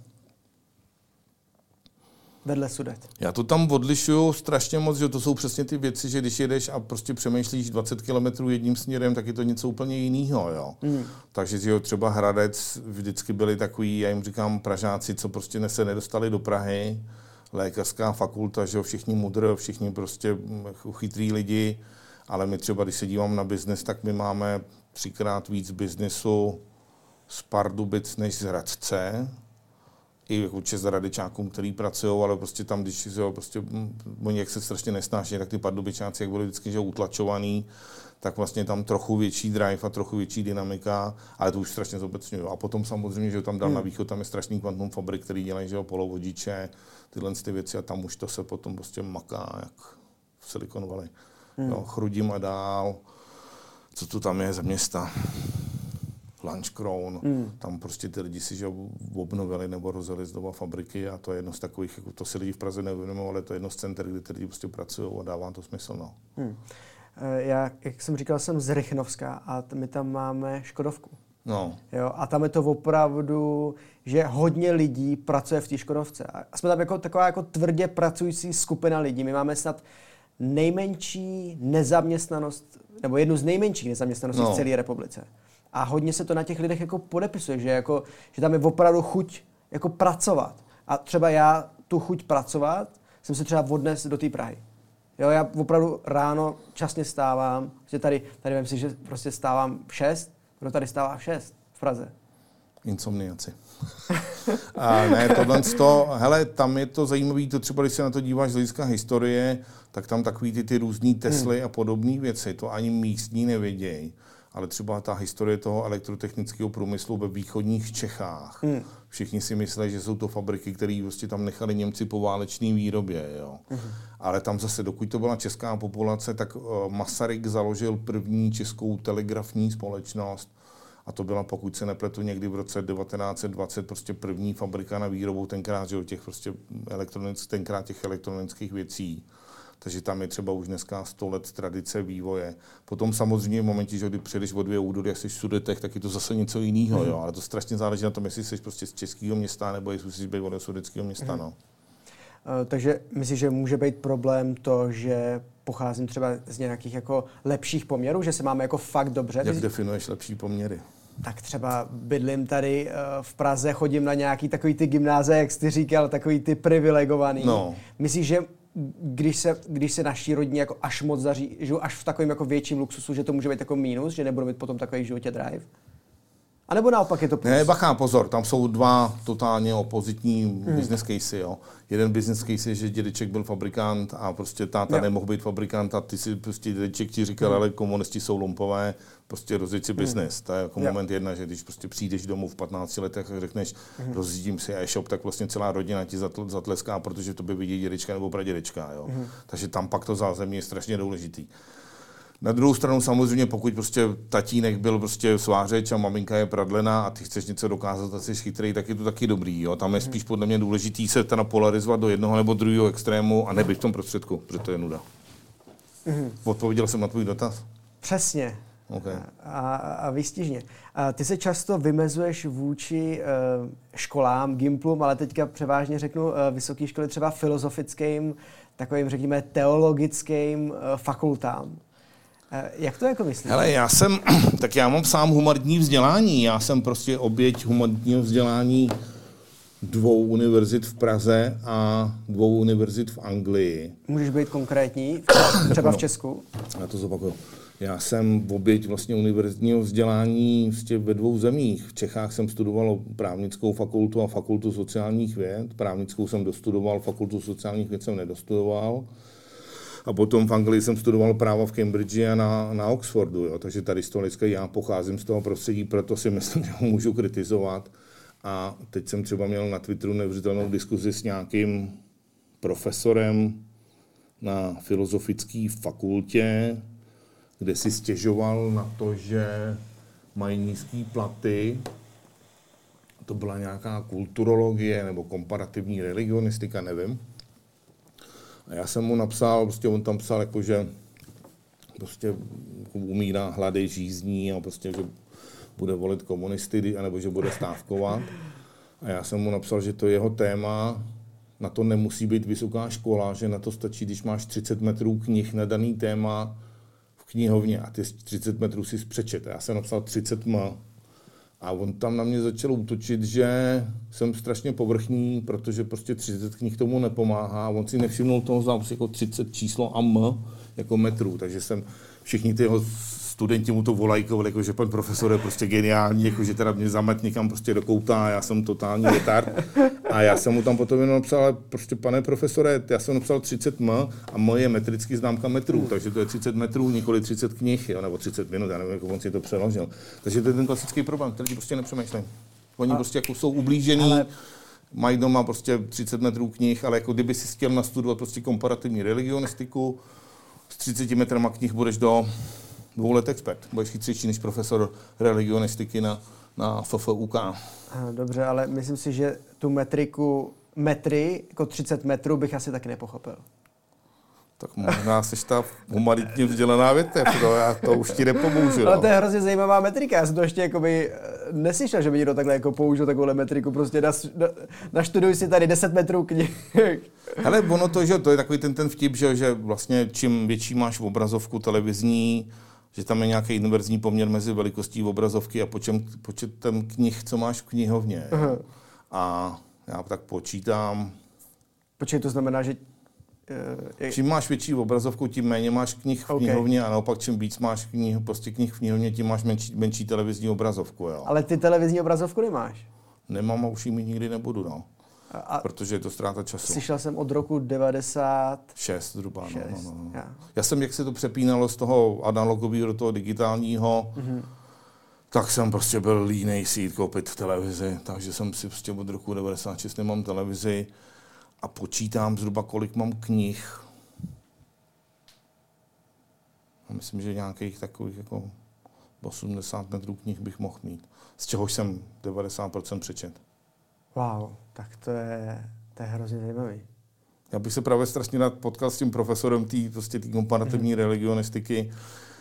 Vedle Sudet. Já to tam odlišuju strašně moc, že to jsou přesně ty věci, že když jedeš a prostě přemýšlíš 20 kilometrů jedním směrem, tak je to něco úplně jiného, jo? Takže jo, třeba Hradec vždycky byli takový, já jim říkám Pražáci, co prostě se nedostali do Prahy, lékařská fakulta, že jo, všichni mudr, všichni prostě chytrý lidi. Ale my třeba, když se dívám na biznes, tak my máme 3x víc biznesu z Pardubic než z Hradce. I jako čest Hradečákům, který pracují, ale prostě tam, když jo, prostě, oni jak se strašně nesnáší, tak ty Pardubičáci, jak byli vždycky že utlačovaný, tak vlastně tam trochu větší drive a trochu větší dynamika, ale to už strašně zobecňuju. A potom samozřejmě, že tam dál na východ, tam je strašný kvantum fabrik, který dělají, že jo, polovodiče, tyhle ty věci a tam už to se potom prostě maká, jak v Silicon Valley. Jo, Chrudim a dál, co to tam je za města, Lunch Crown, tam prostě ty lidi si že obnovili nebo rozjeli znova fabriky a to je jedno z takových, jako to si lidi v Praze neuvědomují, ale to je jedno z center, kde ty lidi prostě pracují a dává to smysl. No. Já, jak jsem říkal, jsem z Rychnovska a my tam máme Škodovku. No. Jo, a tam je to opravdu, že hodně lidí pracuje v té Škodovce. A jsme tam jako taková jako tvrdě pracující skupina lidí. My máme snad nejmenší nezaměstnanost, nebo jednu z nejmenších nezaměstnaností v celé republice. A hodně se to na těch lidech jako podepisuje, že tam je opravdu chuť jako pracovat. A třeba já tu chuť pracovat jsem se třeba odnes do té Prahy. Jo, já opravdu ráno časně stávám, tady vím si, že prostě stávám v 6, kdo tady stává v 6 v Praze? Insomniaci. A ne, hele, tam je to zajímavé, to třeba, když se na to díváš z hlediska historie, tak tam takový ty různý Tesly a podobné věci, to ani místní nevědějí. Ale třeba ta historie toho elektrotechnického průmyslu ve východních Čechách. Všichni si myslí, že jsou to fabriky, které vlastně tam nechali Němci po válečné výrobě. Jo. Ale tam zase, dokud to byla česká populace, tak Masaryk založil první českou telegrafní společnost. A to byla, pokud se nepletu, někdy v roce 1920 prostě první fabrika na výrobu tenkrát, že těch prostě těch elektronických věcí. Takže tam je třeba už dneska 100 let tradice vývoje. Potom samozřejmě v momentě, že když přijdeš o 2 údory a jsi v Sudetech, tak je to zase něco jiného. Jo? Ale to strašně záleží na tom, jestli jsi prostě z českého města nebo jestli jsi být od sudetského města. No. Takže myslíš, že může být problém to, že pocházím třeba z nějakých jako lepších poměrů, že se máme jako fakt dobře? Jak definuješ lepší poměry? Tak třeba bydlím tady v Praze, chodím na nějaký takový ty gymnáze, jak jsi říkal, takový ty privilegovaný. No. Myslíš, že když se naší rodině jako až moc daří, žiju až v takovém jako větším luxusu, že to může být jako mínus, že nebudu mít potom takový v životě drive? A nebo naopak je to plus? Ne, bacha, pozor, tam jsou 2 totálně opozitní business casey, jo. Jeden business case je, že dědeček byl fabrikant a prostě táta nemohl být fabrikant a ty si prostě dědeček ti říkal, ale komunisti jsou lumpové, prostě rozjeď si business. To je jako moment jedna, že když prostě přijdeš domů v 15 letech a řekneš, rozjíždím si e-shop, tak vlastně celá rodina ti zatleská, protože to by vidí dědečka nebo pradědečka, jo. Takže tam pak to zázemí je strašně důležitý. Na druhou stranu samozřejmě, pokud prostě tatínek byl prostě svářeč a maminka je pradlená a ty chceš něco dokázat a jsi chytrý, tak je to taky dobrý. Jo? Tam je spíš podle mě důležitý se teda polarizovat do jednoho nebo druhého extrému a nebyt v tom prostředku, protože to je nuda. Odpověděl jsem na tvůj dotaz? Přesně. Okay. A výstižně. Ty se často vymezuješ vůči školám, gimplům, ale teďka převážně řeknu vysoké školy třeba filozofickým, takovým řekněme teologickým fakultám. Jak to jako myslíš? Hele, já mám sám humanitní vzdělání. Já jsem prostě oběť humanitního vzdělání 2 univerzit v Praze a 2 univerzit v Anglii. Můžeš být konkrétní? Třeba v Česku? Já to zopakuju. Já jsem oběť vlastně univerzitního vzdělání ve 2 zemích. V Čechách jsem studoval právnickou fakultu a fakultu sociálních věd. Právnickou jsem dostudoval, fakultu sociálních věd jsem nedostudoval. A potom v Anglii jsem studoval práva v Cambridge a na Oxfordu. Jo. Takže tady z toho já pocházím z toho prostředí, proto si myslím, že ho můžu kritizovat. A teď jsem třeba měl na Twitteru neuvěřitelnou diskuzi s nějakým profesorem na filozofické fakultě, kde si stěžoval na to, že mají nízké platy. To byla nějaká kulturologie nebo komparativní religionistika, nevím. A já jsem mu napsal, prostě on tam psal, jako, že prostě umírá hlady, žízní a prostě, že bude volit komunisty, anebo že bude stávkovat. A já jsem mu napsal, že to je jeho téma, na to nemusí být vysoká škola, že na to stačí, když máš 30 metrů knih na daný téma v knihovně a ty 30 metrů si přečet. A já jsem napsal 30 m. A on tam na mě začal útočit, že jsem strašně povrchní, protože prostě 30 knih tomu nepomáhá. A on si nevšimnul toho, znám jako 30 číslo a m jako metrů. Takže všichni ty jeho studenti mu to volajkovali, jako, že pan profesor je prostě geniální, jako, že teda mě zamet někam prostě do kouta a já jsem totální retard. A já jsem mu tam potom jenom napsal, prostě pane profesore, já jsem napsal 30 m a m je metrický známka metrů, takže to je 30 metrů, nikoli 30 knih, jo, nebo 30 minut, já nevím, jak on si to přeložil. Takže to je ten klasický problém, který prostě nepřemýšlím. Oni prostě jako jsou ublížení, mají doma prostě 30 metrů knih, ale jako kdyby si chtěl nastudovat prostě komparativní religionistiku, s 30 metrama knih budeš do 2 let expert. Budeš chytřejší než profesor religionistiky na FFUK. Dobře, ale myslím si, že tu metry, jako 30 metrů bych asi taky nepochopil. Tak možná seš ta humanitně vzdělaná větev, já to už ti nepomůžu. Ale to je hrozně zajímavá metrika, já jsem to ještě jakoby neslyšel, že by někdo takhle jako použil takovou metriku, prostě naštuduj si tady 10 metrů knih. Hele, ono to, že to je takový ten vtip, že vlastně čím větší máš obrazovku televizní, že tam je nějaký inverzní poměr mezi velikostí obrazovky a početem knih, co máš v knihovně. Uh-huh. A já tak počítám. Počkej, to znamená, že čím máš větší obrazovku, tím méně máš knih v knihovně a naopak čím víc máš knih v knihovně, tím máš menší televizní obrazovku. Jo. Ale ty televizní obrazovku nemáš? Nemám a už ji mít nikdy nebudu, no. Protože je to ztráta času. Slyšel jsem od roku 96 zhruba. 6, no. Já jsem, jak se to přepínalo z toho analogového do toho digitálního, tak jsem prostě byl línej si jít koupit televizi, takže jsem si prostě od roku 96 nemám televizi a počítám zhruba, kolik mám knih. A myslím, že nějakých takových jako 80 metrů knih bych mohl mít, z čehož jsem 90% přečet. Wow, tak to je hrozně zajímavý. Já bych se právě strašně rád potkal s tím profesorem té komparativní religionistiky,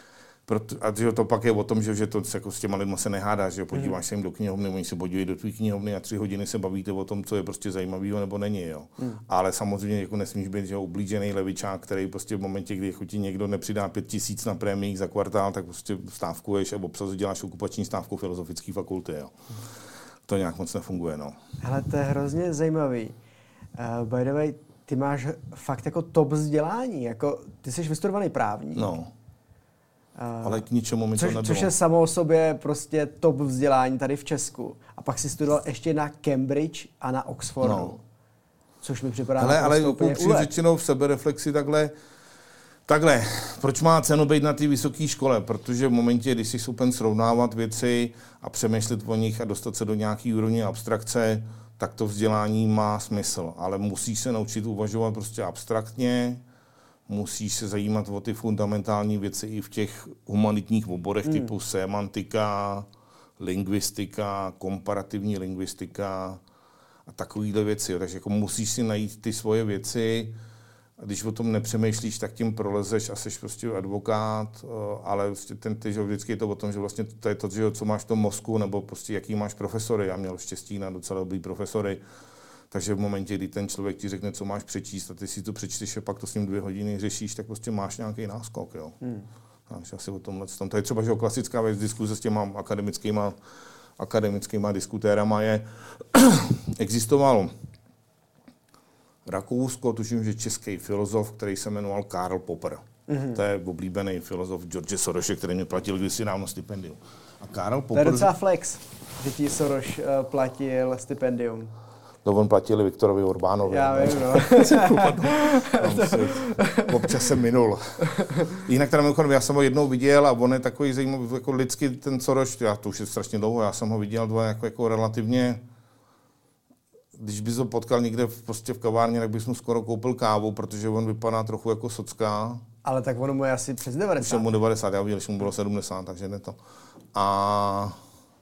a že to pak je o tom, že to jako s těma lidma se nehádá, že podíváš se jim do knihovny, oni se podívají do tvý knihovny a 3 hodiny se bavíte o tom, co je prostě zajímavého nebo není. Jo. Ale samozřejmě jako nesmíš být že ublížený levičák, který prostě v momentě, kdy jako ti někdo nepřidá 5 000 na prémiích za kvartál, tak prostě stávkuješ a děláš okupační stávku filozofické fakulty. Jo. To nějak moc nefunguje, no. Ale to je hrozně zajímavý. By the way, ty máš fakt jako top vzdělání, jako ty jsi vystudovaný právník. No. Ale k ničemu mi to nebylo. Což je samo o sobě prostě top vzdělání tady v Česku. A pak si studoval ještě na Cambridge a na Oxfordu. No. Což mi připadá ale řečeno v sebereflexi takhle, proč má cenu být na té vysoké škole? Protože v momentě, kdy jsi schopen srovnávat věci a přemýšlet o nich a dostat se do nějaké úrovně abstrakce, tak to vzdělání má smysl. Ale musíš se naučit uvažovat prostě abstraktně, musíš se zajímat o ty fundamentální věci i v těch humanitních oborech typu sémantika, lingvistika, komparativní lingvistika a takovéhle věci. Takže jako musíš si najít ty svoje věci. A když o tom nepřemýšlíš, tak tím prolezeš a jsi prostě advokát, ale že vždycky je to o tom, že vlastně to je to, že co máš v tom mozku, nebo prostě jaký máš profesory. Já měl štěstí na docela dobrý profesory, takže v momentě, kdy ten člověk ti řekne, co máš přečíst a ty si to přečteš a pak to s ním 2 hodiny řešíš, tak prostě máš nějaký náskok. Jo. Takže asi o tomhle. To je třeba, že klasická věc diskuze s těma akademickýma diskutérama je, existoval Rakousko, tuším, že český filozof, který se jmenoval Karl Popper. To je oblíbený filozof George Sorose, který mi platil kdysi dávno stipendium. A Karl Popper... To je docela flex, že ti Soros platil stipendium. To on platil Viktorovi Orbánovi. Já vím, no. Občas jsem minul. Jinak teda mimochodem, já jsem ho jednou viděl a on je takový zajímavý, jako lidsky ten Soros, já to už je strašně dlouho, já jsem ho viděl jako relativně. Když bys ho potkal někde prostě v kavárně, tak bys mu skoro koupil kávu, protože on vypadá trochu jako socka. Ale tak ono mu je asi přes 90. Už je mu 90, já viděl, že mu bylo 70, takže ne to. A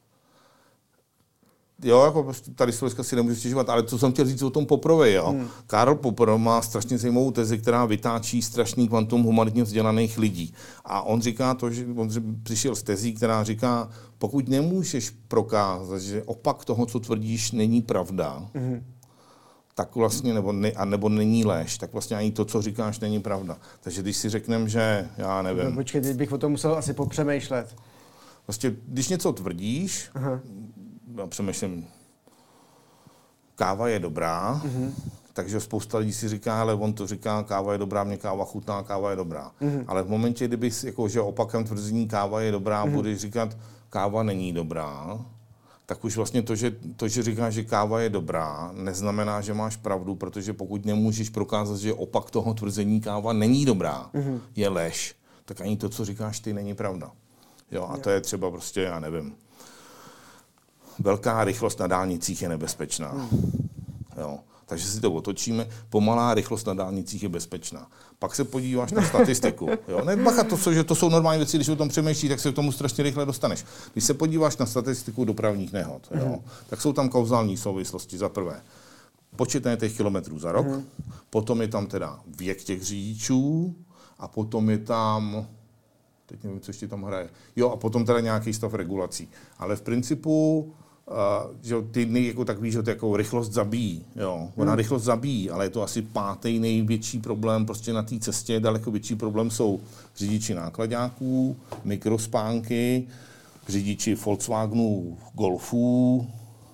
jo, jako prostě tady Slovenska si nemůžu stěžovat, ale co jsem chtěl říct o tom Popperovi, jo. Karl Popper má strašně zajímavou tezi, která vytáčí strašný kvantum humanitně vzdělaných lidí. A on říká to, že on přišel s tezí, která říká, pokud nemůžeš prokázat, že opak toho, co tvrdíš, není pravda, tak vlastně, nebo není lež, tak vlastně ani to, co říkáš, není pravda. Takže když si řekneme, že já nevím. No, počkej, teď bych o tom musel asi popřemýšlet. Vlastně, když něco tvrdíš, já přemýšlím, káva je dobrá, takže spousta lidí si říká, ale on to říká, káva je dobrá, mě káva chutná, káva je dobrá. Ale v momentě, kdyby jako, že opakem tvrzení káva je dobrá, budeš říkat, káva není dobrá, tak už vlastně to, že říkáš, že káva je dobrá, neznamená, že máš pravdu, protože pokud nemůžeš prokázat, že opak toho tvrzení káva není dobrá, je lež, tak ani to, co říkáš ty, není pravda. Jo, a to je třeba prostě, já nevím, velká rychlost na dálnicích je nebezpečná. Jo. Takže si to otočíme. Pomalá rychlost na dálnicích je bezpečná. Pak se podíváš na statistiku. Jo. Ne, bacha, to jsou normální věci, když o tom přemýšlíš, tak se k tomu strašně rychle dostaneš. Když se podíváš na statistiku dopravních nehod, tak jsou tam kauzální souvislosti. Za prvé, počet najetých kilometrů za rok, potom je tam teda věk těch řidičů a potom je tam, teď nevím, co ještě tam hraje, jo a potom teda nějaký stav regulací. Ale v principu, že ty jako takový, že to jako rychlost zabíjí, jo. Ona rychlost zabíjí, ale je to asi 5. největší problém prostě na té cestě. Daleko větší problém jsou řidiči nákladáků, mikrospánky, řidiči Volkswagenů, Golfů.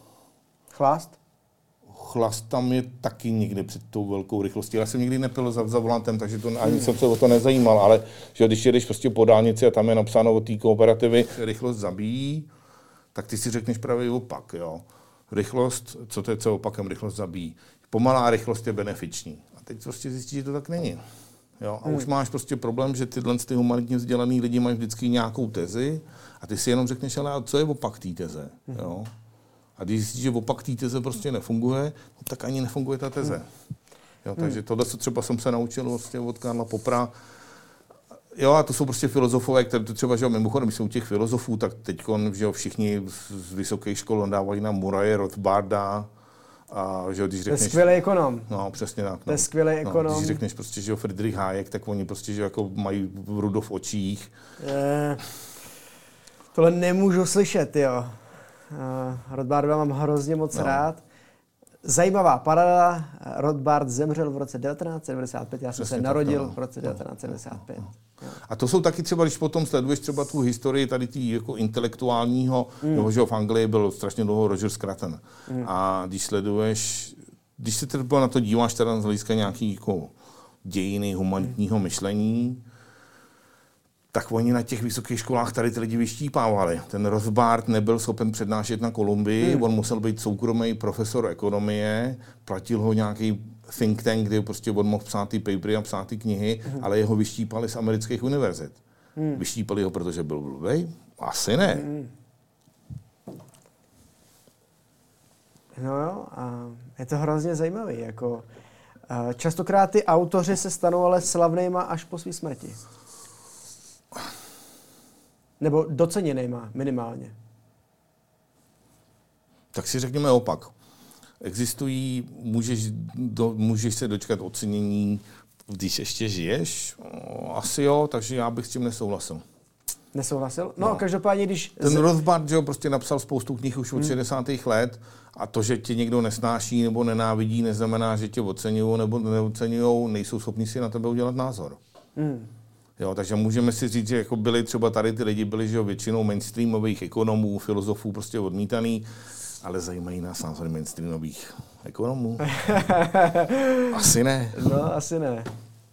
Chlast tam je taky někde před tou velkou rychlostí. Já jsem nikdy nepil za volantem, takže to, ani jsem se o to nezajímal, ale že když jedeš prostě po dálnici a tam je napsáno od té kooperativy, rychlost zabíjí, tak ty si řekneš pravý opak. Jo. Rychlost, co to je co opakem, rychlost zabíjí. Pomalá rychlost je benefiční. A teď prostě zjistíš, že to tak není. Jo. A už máš prostě problém, že tyhle humanitně vzdělaný lidi mají vždycky nějakou tezi a ty si jenom řekneš, ale co je opak té teze. Jo. A když zjistíš, že opak té teze prostě nefunguje, no, tak ani nefunguje ta teze. Jo, takže tohle, co třeba jsem se naučil vlastně od Karla Popra. Jo, a to jsou prostě filozofové, které to třeba, že mimochodem, my jsou těch filozofů, tak teď, že všichni z vysokých škol dávají na Murraye Rothbarda. A, že když řekneš, to je skvělý ekonom. No, přesně tak. To je skvělý ekonom. Když řekneš prostě, že Friedrich Hayek, tak oni prostě, že jako mají rudo v očích. Tohle nemůžu slyšet, jo. Rothbarda mám hrozně moc rád. Zajímavá paralela. Rothbard zemřel v roce 1995, já jsem se narodil v roce 1995. A to jsou taky třeba, když potom sleduješ třeba tu historii tady tý jako intelektuálního, nebo že v Anglii byl strašně dlouho Roger Scruton. A když sleduješ, když se teda na to díváš teda z hlediska nějaký jako dějiny humanitního myšlení, tak oni na těch vysokých školách tady ty lidi vyštípávali. Ten Rothbard nebyl schopen přednášet na Kolumbii, on musel být soukromý profesor ekonomie, platil ho nějaký think tank, kde prostě on mohl psát ty papery a psát ty knihy, ale jeho vyštípali z amerických univerzit. Vyštípali ho, protože byl blbej? Asi ne. No jo, a je to hrozně zajímavý. Jako, častokrát ty autoři se stanou ale slavnýma až po své smrti. Nebo doceněnejma minimálně. Tak si řekněme opak. Existují, můžeš se dočkat ocenění, když ještě žiješ? Asi jo, takže já bych s tím nesouhlasil. Nesouhlasil? No, každopádně, když... Ten Rothbard, že jo, prostě napsal spoustu knih už od 60. let a to, že tě někdo nesnáší nebo nenávidí, neznamená, že tě oceňují nebo neoceňují, nejsou schopni si na tebe udělat názor. Jo, takže můžeme si říct, že jako byli třeba tady ty lidi, byli že jo, většinou mainstreamových ekonomů, filozofů prostě odmítaný, ale zajímají nás názory mainstreamových ekonomů. Asi ne. No, asi ne.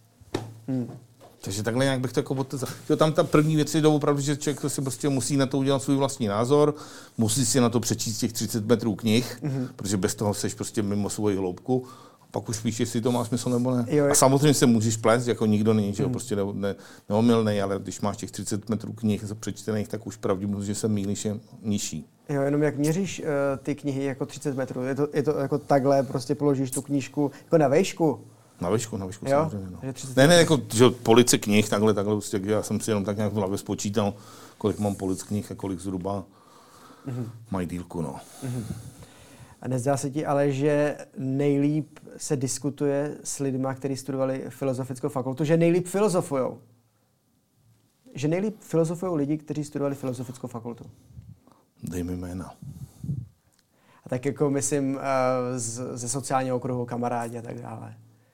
Takže takhle nějak bych to jako tam ta první věc je opravdu, že člověk to si prostě musí na to udělat svůj vlastní názor, musí si na to přečíst těch 30 metrů knih, protože bez toho seš prostě mimo svoji hloubku. Pak už víš, jestli to má smysl nebo ne. A samozřejmě se můžeš plést, jako nikdo není, že prostě neomylnej, ale když máš těch 30 metrů knih přečtených, tak už pravděpodobně, že se mýlíš, je nižší. Jo, jenom jak měříš ty knihy jako 30 metrů? Je to jako takhle, prostě položíš tu knížku jako na vejšku? Na výšku samozřejmě. No. Ne, jako že police knih, takhle, prostě, já jsem si jenom tak nějak v hlavě spočítal, kolik mám polic knih a kolik zhruba mají dílku, no. A nezdá se ti ale, že nejlíp se diskutuje s lidmi, kteří studovali filozofickou fakultu, že nejlíp filozofujou? Že nejlíp filozofujou lidi, kteří studovali filozofickou fakultu? Dej mi jména. A tak jako myslím ze sociálního okruhu, kamarádi a tak dále.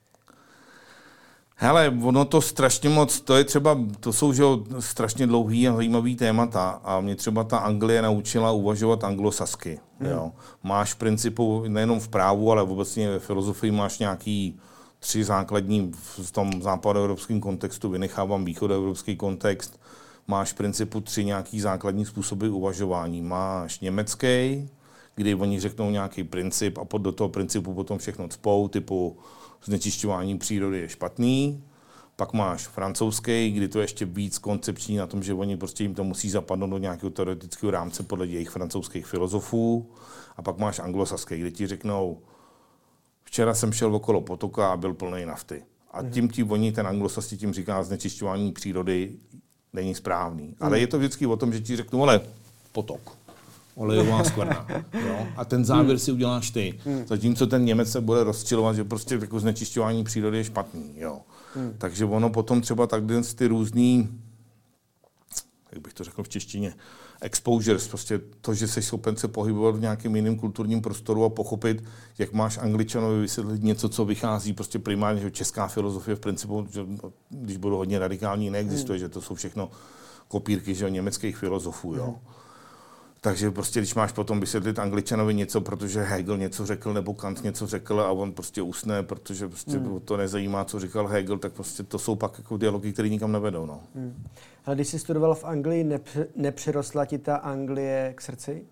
Hele, ono to strašně moc, to jsou že strašně dlouhý a zajímavý témata a mě třeba ta Anglie naučila uvažovat anglosasky. Jo. Máš v principu, nejenom v právu, ale obecně ve filozofii máš nějaký 3 základní v tom západoevropském kontextu, vynechávám východoevropský kontext, máš v principu 3 nějaký základní způsoby uvažování. Máš německý, kdy oni řeknou nějaký princip a do toho principu potom všechno cpou, typu znečišťování přírody je špatný. Pak máš francouzský, kdy to je ještě víc koncepční na tom, že oni prostě jim to musí zapadnout do nějakého teoretického rámce podle jejich francouzských filozofů. A pak máš anglosaský, kdy ti řeknou, včera jsem šel okolo potoka a byl plný nafty. A oni, ten anglosasti tím říká, znečišťování přírody není správný. Ale je to vždycky o tom, že ti řeknou, ale potok. olejová skvrna. Jo? A ten závěr si uděláš ty. Zatímco ten Němec se bude rozčilovat, že prostě jako znečišťování přírody je špatný. Jo? Takže ono potom třeba takhle ty různý, jak bych to řekl v češtině, exposures, prostě to, že jsi schopen se pohybovat v nějakém jiném kulturním prostoru a pochopit, jak máš Angličanovi vysvětlit něco, co vychází prostě primárně, že česká filozofie v principu, že, když budu hodně radikální, neexistuje, že to jsou všechno kopírky, že, německých filozofů. Jo. Takže prostě, když máš potom vysvětlit Angličanovi něco, protože Hegel něco řekl, nebo Kant něco řekl a on prostě usne, protože prostě to nezajímá, co říkal Hegel, tak prostě to jsou pak jako dialogy, které nikam nevedou. No. Ale když jsi studoval v Anglii, nepřirostla ti ta Anglie k srdci?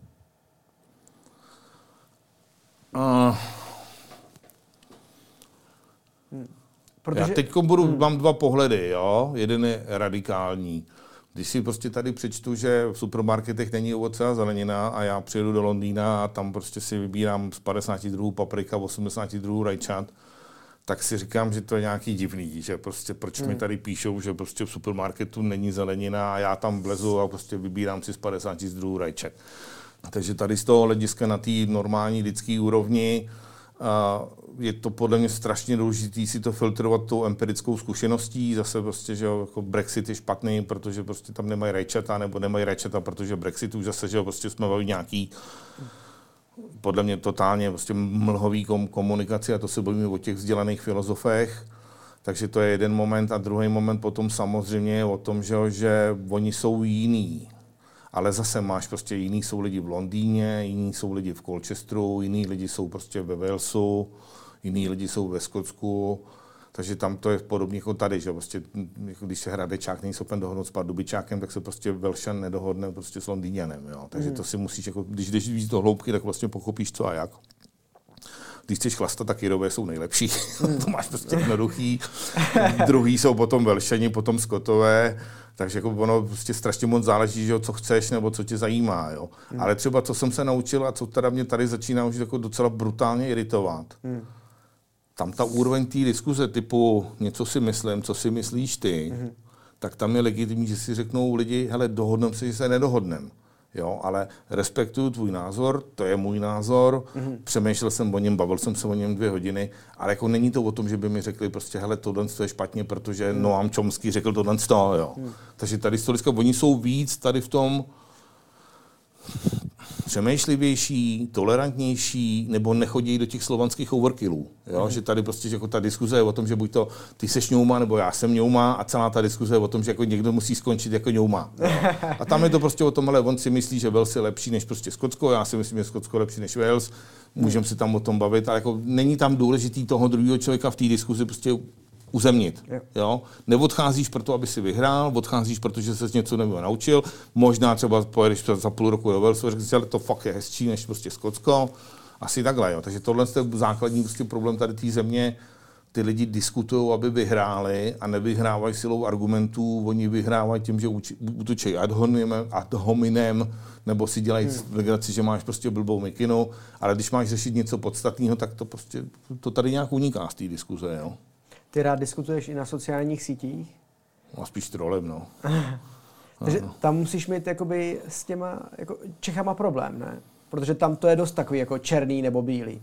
Já teď mám dva pohledy, jo. Jeden je radikální. Když si prostě tady přečtu, že v supermarketech není ovoce a zelenina a já přijedu do Londýna a tam prostě si vybírám z 50 druhů paprika, 80 druhů rajčat, tak si říkám, že to je nějaký divný, že prostě proč mi tady píšou, že prostě v supermarketu není zelenina a já tam vlezu a prostě vybírám si z 50 druhů rajčat. Takže tady z toho hlediska na té normální lidské úrovni je to podle mě strašně důležité si to filtrovat tou empirickou zkušeností. Zase prostě, že jako Brexit je špatný, protože prostě tam nemají rajčata, nebo nemají rajčata, protože Brexit už zase, že prostě jsme mali nějaký podle mě totálně prostě mlhový komunikaci a to se bavíme o těch vzdělaných filozofech. Takže to je jeden moment a druhý moment potom samozřejmě je o tom, že oni jsou jiný. Ale zase máš prostě jiný jsou lidi v Londýně, jiní jsou lidi v Colchesteru, jiní lidi jsou prostě ve Walesu, jiní lidi jsou ve Skotsku. Takže tam to je podobně jako tady, že prostě, jako když se Hradečák není schopen dohodnout s Pardubičákem, tak se prostě Velšan nedohodne prostě s Londýňanem. Jo. Takže to si musíš, jako, když jdeš víc do hloubky, tak vlastně pochopíš co a jak. Když chceš chlastat, tak Irové jsou nejlepší. To máš prostě jednoduchý. Druhý jsou potom Velšani, potom Skotové. Takže jako ono prostě strašně moc záleží, že, co chceš nebo co tě zajímá. Jo. Ale třeba co jsem se naučil a co teda mě tady začíná už jako docela brutálně iritovat. Tam ta úroveň té diskuze typu něco si myslím, co si myslíš ty, tak tam je legitimní, že si řeknou lidi, hele, dohodneme se, že se nedohodneme. Jo, ale respektuju tvůj názor, to je můj názor, přemýšlel jsem o něm, bavil jsem se o něm 2 hodiny, ale jako není to o tom, že by mi řekli prostě, hele, tohle je špatně, protože Noam Chomsky řekl tohle, jo. Takže tady oni jsou víc tady v tom přemýšlivější, tolerantnější, nebo nechodí do těch slovanských overkillů. Jo? Že tady prostě že jako ta diskuze je o tom, že buď to ty seš ňouma, nebo já jsem ňouma a celá ta diskuze je o tom, že jako někdo musí skončit jako ňouma. Jo? A tam je to prostě o tom, ale on si myslí, že Wales je lepší než prostě Skotsko, já si myslím, že Skotsko je lepší než Wales, můžeme si tam o tom bavit, ale jako není tam důležitý toho druhého člověka v té diskuzi prostě uzemnit. Jo? Neodcházíš proto, aby si vyhrál, odcházíš, protože ses něco nebo naučil. Možná třeba pojedeš za půl roku do Walesu a řekneš, ale to fakt je hezčí než prostě Skotsko. Asi takhle. Jo? Takže tohle je základní prostě problém tady té země. Ty lidi diskutují, aby vyhráli a nevyhrávají silou argumentů. Oni vyhrávají tím, že útočí ad hominem, nebo si dělají legraci, že máš prostě blbou mikinu. Ale když máš řešit něco podstatného, tak to prostě to tady nějak uniká z té diskuze. Jo? Ty rád diskutuješ i na sociálních sítích? No, spíš trolem, no. Takže tam musíš mít jakoby s těma jako Čechama problém, ne? Protože tam to je dost takový jako černý nebo bílý.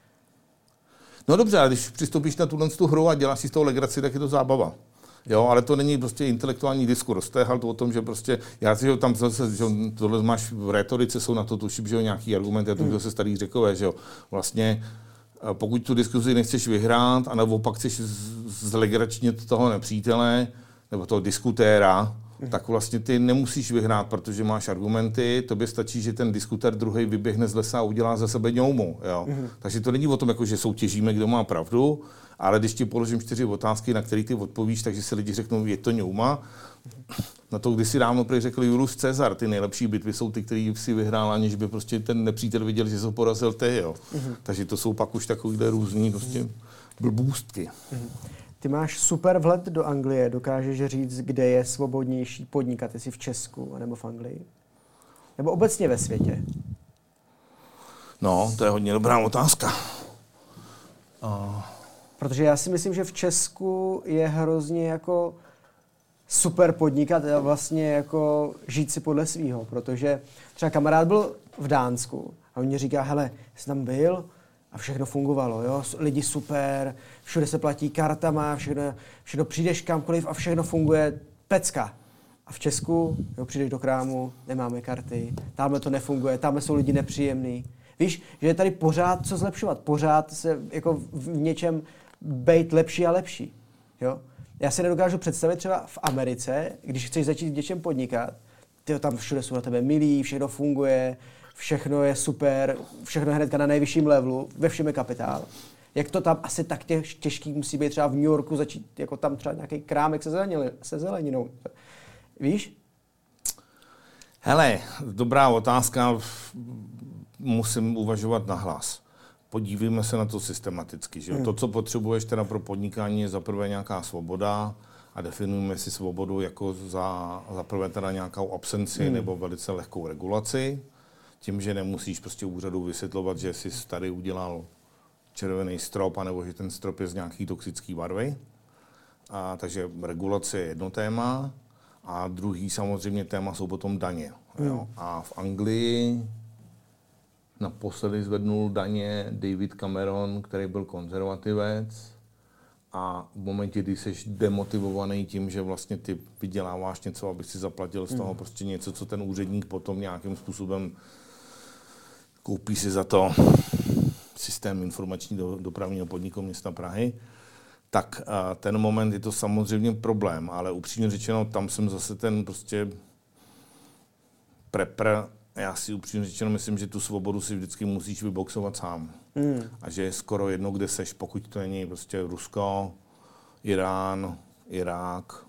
No dobře, ale když přistoupíš na tu hru a děláš si z toho legraci, tak je to zábava. Jo, ale to není prostě intelektuální diskurs. To je to o tom, že prostě, já si, že tam zase, že tohle máš v rétorice, jsou na to tuším, že nějaký argumenty, a to se starý Řekové, že jo, vlastně pokud tu diskuzi nechceš vyhrát a naopak chceš zlegračnit toho nepřítele nebo toho diskutéra, tak vlastně ty nemusíš vyhrát, protože máš argumenty, tobě stačí, že ten diskutér druhý vyběhne z lesa a udělá za sebe ňoumu. Jo? Takže to není o tom, jako, že soutěžíme, kdo má pravdu, ale když ti položím 4 otázky, na které ty odpovíš, takže si lidi řeknou, je to ňouma. Na to kdysi dávno řekl Julius Caesar, ty nejlepší bitvy jsou ty, které si vyhrál, aniž by prostě ten nepřítel viděl, že se porazil ty. Jo. Takže to jsou pak už takovýhle různý prostě blbůstky. Ty máš super vhled do Anglie, dokážeš říct, kde je svobodnější podnikat, jestli v Česku nebo v Anglii? Nebo obecně ve světě? No, to je hodně dobrá otázka. Protože já si myslím, že v Česku je hrozně jako super podnikat a vlastně jako žít si podle svýho, protože třeba kamarád byl v Dánsku a on mi říká, hele, jsi tam byl a všechno fungovalo, jo? Lidi super, všude se platí kartama, všechno přijdeš kamkoliv a všechno funguje pecka. A v Česku, jo, přijdeš do krámu, nemáme karty, tamhle to nefunguje, tamhle jsou lidi nepříjemný. Víš, že je tady pořád co zlepšovat, pořád se jako v něčem být lepší a lepší. Jo? Já si nedokážu představit třeba v Americe, když chceš začít v něčem podnikat, tam všude jsou na tebe milí, všechno funguje, všechno je super, všechno je hnedka na nejvyšším levelu, ve všem je kapitál. Jak to tam asi tak těžký musí být třeba v New Yorku začít, jako tam třeba nějaký krámek se zeleninou. Víš? Hele, dobrá otázka, musím uvažovat nahlas. Podívejme se na to systematicky. Že? To, co potřebuješ teda pro podnikání, je zaprvé nějaká svoboda a definujeme si svobodu jako za prvé teda nějakou absenci nebo velice lehkou regulaci. Tím, že nemusíš prostě úřadu vysvětlovat, že jsi tady udělal červený strop, anebo že ten strop je z nějaký toxický barvy. Takže regulace je jedno téma. A druhý samozřejmě téma jsou potom daně. Jo? A v Anglii naposledy zvednul daně David Cameron, který byl konzervativec. A v momentě, kdy jsi demotivovaný tím, že vlastně ty vyděláváš něco, aby si zaplatil z toho prostě něco, co ten úředník potom nějakým způsobem koupí si za to systém informační dopravního podniku města Prahy, tak ten moment je to samozřejmě problém, ale upřímně řečeno, tam jsem zase ten prostě prepr. Já si upřímně řečeno myslím, že tu svobodu si vždycky musíš vyboxovat sám. A že je skoro jedno, kde seš, pokud to není prostě Rusko, Irán, Irák,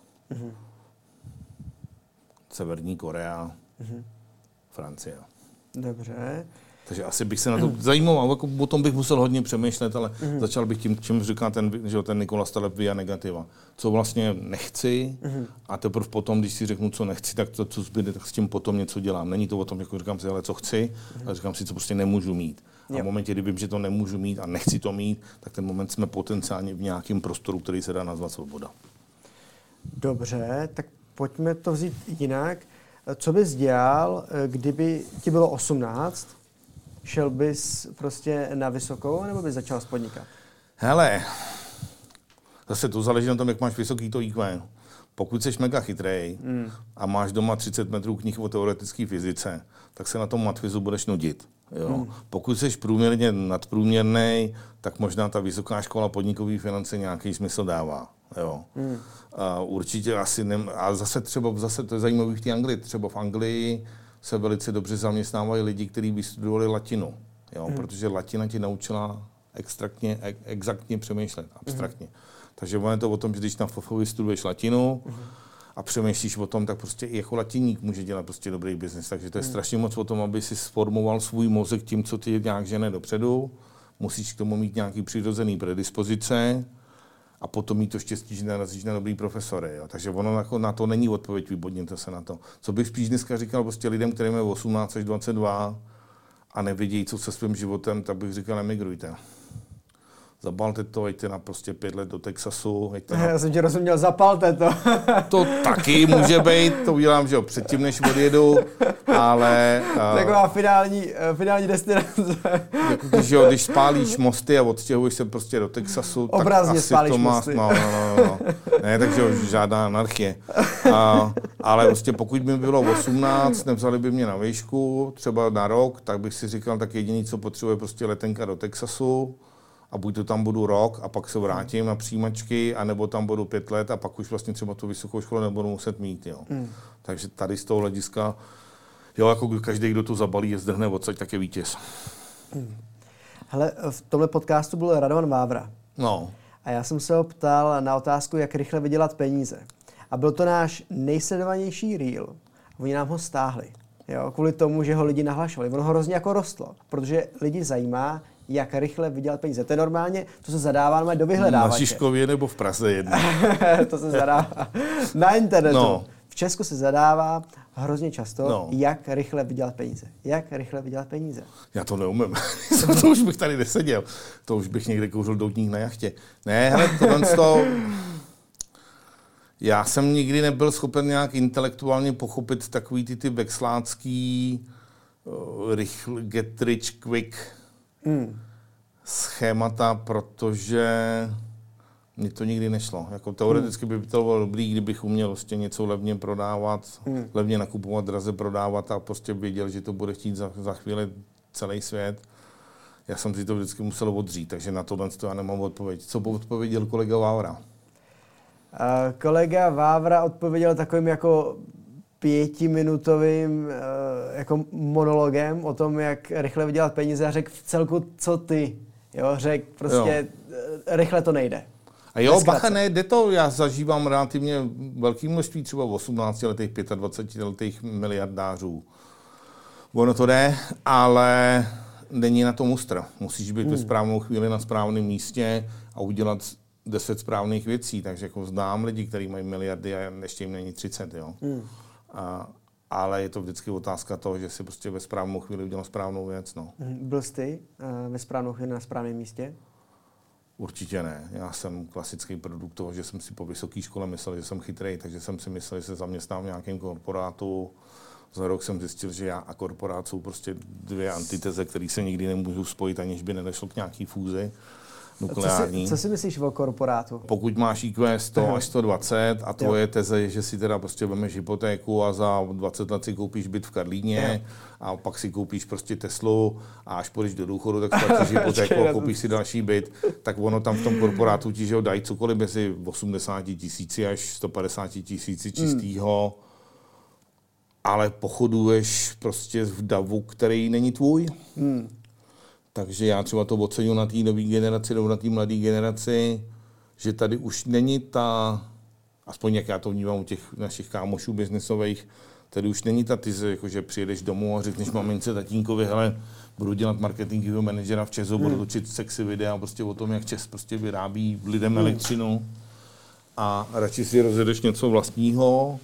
Severní Korea, Francie. Dobře. Takže asi bych se na to zajímal, jako o tom bych musel hodně přemýšlet, ale začal bych tím, čím říká ten Nikola Taleb via negativa. Co vlastně nechci a teprve potom, když si řeknu, co nechci, tak to, co zbyde, tak s tím potom něco dělám. Není to o tom, jako říkám si, ale co chci, ale říkám si, co prostě nemůžu mít. A v momentě, kdy vím, že to nemůžu mít a nechci to mít, tak ten moment jsme potenciálně v nějakém prostoru, který se dá nazvat svoboda. Dobře, tak pojďme to vzít jinak. Co bys dělal, kdyby ti bylo 18? Šel bys prostě na vysokou, nebo bys začal podnikat? Hele, zase to záleží na tom, jak máš vysoký to IQ. Pokud jsi mega chytrej a máš doma 30 metrů knih o teoretické fyzice, tak se na tom matfizu budeš nudit. Jo? Pokud jsi průměrně nadprůměrnej, tak možná ta vysoká škola podnikový finance nějaký smysl dává. Jo? Určitě asi a zase to je zajímavé v té Anglii. Třeba v Anglii se velice dobře zaměstnávají lidi, kteří vystudovali latinu. Jo? Protože latina ti naučila exaktně přemýšlet, abstraktně. Takže ono je to o tom, že když na FOFu vystuduješ latinu a přemýšlíš o tom, tak prostě i jako latiník může dělat prostě dobrý biznis. Takže to je strašně moc o tom, aby si sformoval svůj mozek tím, co ti nějak žene dopředu. Musíš k tomu mít nějaký přirozený predispozice a potom mít to štěstí, že narazíš na dobrý profesory. Jo. Takže ono jako na to není odpověď, vybodněte se na to. Co bych spíš dneska říkal prostě lidem, kterým je 18 až 22 a nevědí, co se svým životem, tak bych říkal, emigrujte. Zabalte to, jeďte na prostě 5 let do Texasu. Já jsem ti rozuměl, zapalte to. To taky může být, to udělám, že jo, předtím, než odjedu, ale... Taková finální destinace. Když spálíš mosty a odstěhuješ se prostě do Texasu, obrazně tak asi to má... mosty. No. Ne, takže žádná anarchie. Ale prostě pokud by mi bylo 18, nevzali by mě na výšku, třeba na rok, tak bych si říkal, tak jediný, co potřebuje, prostě letenka do Texasu, a buď to tam budu rok a pak se vrátím na přijímačky, anebo tam budu 5 let a pak už vlastně třeba tu vysokou školu nebudu muset mít. Jo. Takže tady z toho hlediska, jo, jako každý, kdo to zabalí, je zdrhne odsaď, tak je vítěz. Hele, v tomhle podcastu byl Radovan Vávra. No. A já jsem se ho ptal na otázku, jak rychle vydělat peníze. A byl to náš nejsledovanější reel. Oni nám ho stáhli. Jo, kvůli tomu, že ho lidi nahlašovali. Ono hrozně jako rostlo, protože lidi zajímá, jak rychle vydělat peníze. To je normálně, to se zadává do vyhledávače. Na Žižkově nebo v Praze jedno. To se zadává na internetu. No. V Česku se zadává hrozně často, jak rychle vydělat peníze. Jak rychle vydělat peníze. Já to neumím. To už bych tady neseděl. To už bych někde kouřil doutník na jachtě. Ne, hele, tohle já jsem nikdy nebyl schopen nějak intelektuálně pochopit takový ty vexlácký get rich quick schémata, protože mně to nikdy nešlo. Jako teoreticky by to bylo dobrý, kdybych uměl prostě něco levně prodávat, levně nakupovat, draze prodávat a prostě věděl, že to bude chtít za chvíli celý svět. Já jsem si to vždycky musel odřít, takže na tohle já nemám odpověď. Co odpověděl kolega Vávra? Kolega Vávra odpověděl takovým jako 5minutovým jako monologem o tom, jak rychle vydělat peníze a řekl v celku, co ty. Jo, řekl prostě, rychle to nejde. A jo, bacha, ne, jde to, já zažívám relativně velké množství, třeba 18letých, 25letých miliardářů. Ono to jde, ale není na to mustr. Musíš být ve správnou chvíli na správném místě a udělat 10 správných věcí. Takže jako znám lidi, kteří mají miliardy a ještě jim není 30, jo. Ale je to vždycky otázka toho, že si prostě ve správnou chvíli udělal správnou věc, no. Byl jsi ty ve správnou chvíli na správném místě? Určitě ne. Já jsem klasický produkt toho, že jsem si po vysoké škole myslel, že jsem chytrej, takže jsem si myslel, že se zaměstnám v nějakém korporátu. Za rok jsem zjistil, že já a korporát jsou prostě dvě antiteze, které se nikdy nemůžou spojit, aniž by nedošlo k nějaký fúzi nukleární. Co si myslíš o korporátu? Pokud máš IQ 100 až 120 a tvoje teze je, že si teda prostě vemeš hypotéku a za 20 let si koupíš byt v Karlíně a pak si koupíš prostě Teslu a až půjdeš do důchodu, tak splatíš hypotéku a koupíš si další byt, tak ono tam v tom korporátu ti, že ho dají cokoliv mezi 80 000 až 150 000 čistýho, ale pochoduješ prostě v davu, který není tvůj. Takže já třeba to oceňuji na té nové generaci nebo na té mladé generaci, že tady už není ta, aspoň jak já to vnímám u těch našich kámošů biznesových, tady už není ta tyze, jako že přijedeš domů a řekneš mamince, tatínkovi, hele, budu dělat marketingového manažera v ČEZu, budu točit sexy videa prostě o tom, jak ČEZ prostě vyrábí lidem elektřinu a radši si rozjedeš něco vlastního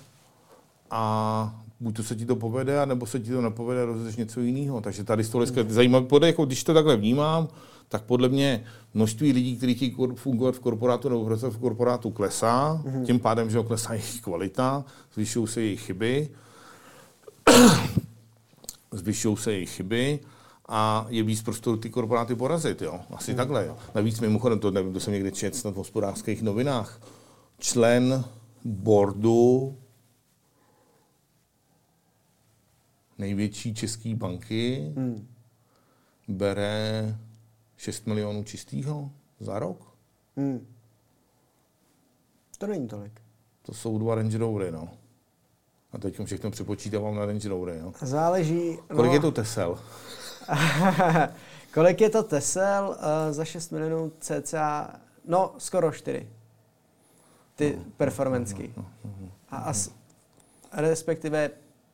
a buď to se ti to povede, nebo se ti to nepovede a rozjedeš něco jiného. Takže tady z toho zajímavé, jako když to takhle vnímám, tak podle mě množství lidí, kteří chtějí fungovat v korporátu nebo v korporátu klesá, tím pádem, že klesá jejich kvalita, zvyšují se jejich chyby, a je víc prostoru ty korporáty porazit, jo. Asi takhle, jo. Navíc mimochodem, to nevím, to jsem někde četl snad v Hospodářských novinách, člen boardu největší české banky bere 6 milionů čistýho za rok. To není tolik. To jsou 2 Range Rovery, no. A teď všechno přepočítávám na Range Rovery, no. Záleží... Kolik je to Tesel? Kolik je to Tesel? Za 6 milionů cca... No, skoro 4. Ty performanceky. A respektive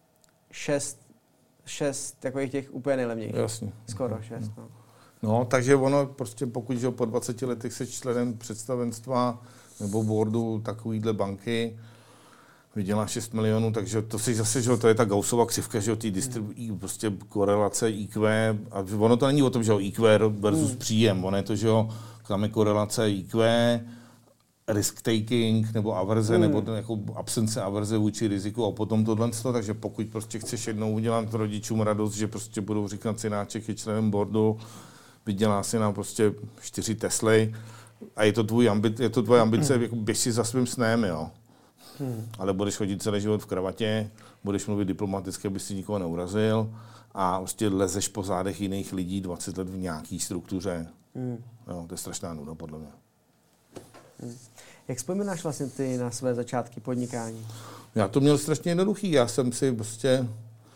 6 takových těch úplně nejlevnějších. Jasně. Skoro 6, no. No, takže ono prostě pokud že po 20 letech se členem představenstva nebo boardu takovýhle banky vydělá 6 milionů, takže to si zase, že to je ta Gaussova křivka, že ty prostě korelace IQ, a ono to není o tom, že IQ versus příjem, ono je to, že tam je korelace IQ, risk taking nebo averze, nebo jako absence averze vůči riziku a potom tohle, takže pokud prostě chceš jednou udělat rodičům radost, že prostě budou říkat synáček je členem boardu, vydělá si na prostě 4 Tesly a je to tvoje ambice, jako běž si za svým snem, jo. Ale budeš chodit celý život v kravatě, budeš mluvit diplomaticky, aby si nikoho neurazil a prostě lezeš po zádech jiných lidí 20 let v nějaký struktuře. Jo, to je strašná nuda, podle mě. Jak vzpomínáš vlastně ty na své začátky podnikání? Já to měl strašně jednoduchý. Já jsem si prostě...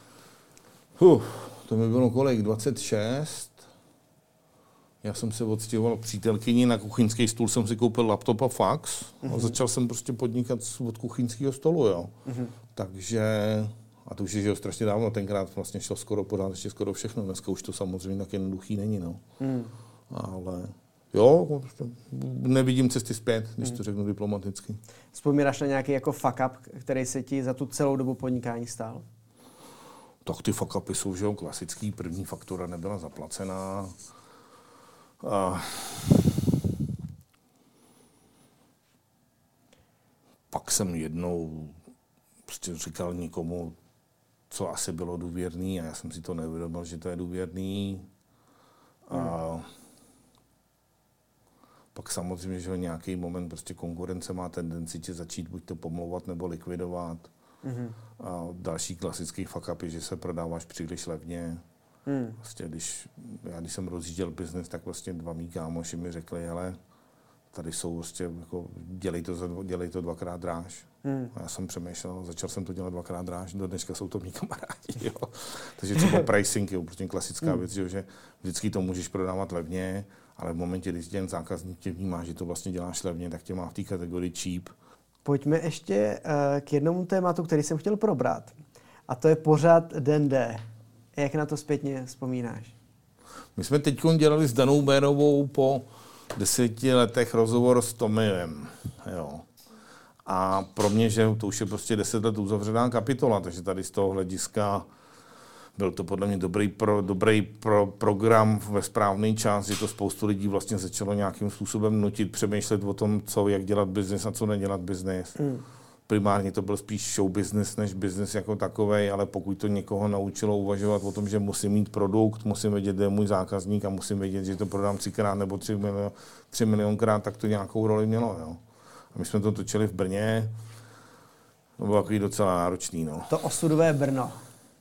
to mi bylo kolik? 26. Já jsem se odstěhoval přítelkyni, na kuchyňský stůl jsem si koupil laptop a fax a začal jsem prostě podnikat od kuchyňského stolu, jo. Takže... A to už je, že strašně dávno, tenkrát vlastně šlo skoro pořád ještě skoro všechno. Dneska už to samozřejmě tak jednoduchý není, no. Ale... Jo, nevidím cesty zpět, když to řeknu diplomaticky. Vzpomínáš na nějaký jako fuck up, který se ti za tu celou dobu podnikání stál? Tak ty fuck upy jsou, že jo, klasický. První faktura nebyla zaplacená. Pak jsem jednou prostě říkal někomu, co asi bylo důvěrný a já jsem si to neuvědomil, že to je důvěrný. A pak samozřejmě, že nějaký moment prostě konkurence má tendenci tě začít buď to pomlouvat nebo likvidovat. A další klasický fuck up je, že se prodáváš příliš levně. Vlastně, když jsem rozjížděl biznes, tak vlastně 2 mý kámoši mi řekli, hele, tady jsou vlastně, jako, dělej to 2krát dráž. A já jsem přemýšlel, začal jsem to dělat 2krát dráž, do dneška jsou to mý kamarádi. Jo. Takže třeba pricing je úplně klasická věc, že vždycky to můžeš prodávat levně, ale v momentě, kdy ten zákazník tě vnímá, že to vlastně děláš levně, tak tě má v té kategorii cheap. Pojďme ještě k jednomu tématu, který jsem chtěl probrat. A to je pořad Den D. Jak na to zpětně vzpomínáš? My jsme teď dělali s Danou Bérovou po 10 letech rozhovor s Tomiem. Jo. A pro mě, že to už je prostě 10 let uzavřená kapitola, takže tady z toho hlediska byl to podle mě dobrý program ve správný čas, že to spoustu lidí vlastně začalo nějakým způsobem nutit přemýšlet o tom, jak dělat biznis a co nedělat biznis. Primárně to byl spíš show business než business jako takovej, ale pokud to někoho naučilo uvažovat o tom, že musím mít produkt, musím vědět, kde je můj zákazník a musím vědět, že to prodám 3krát nebo 3 milionkrát, tak to nějakou roli mělo. Jo. A my jsme to točili v Brně, to bylo takový docela náročný. No. To osudové Brno.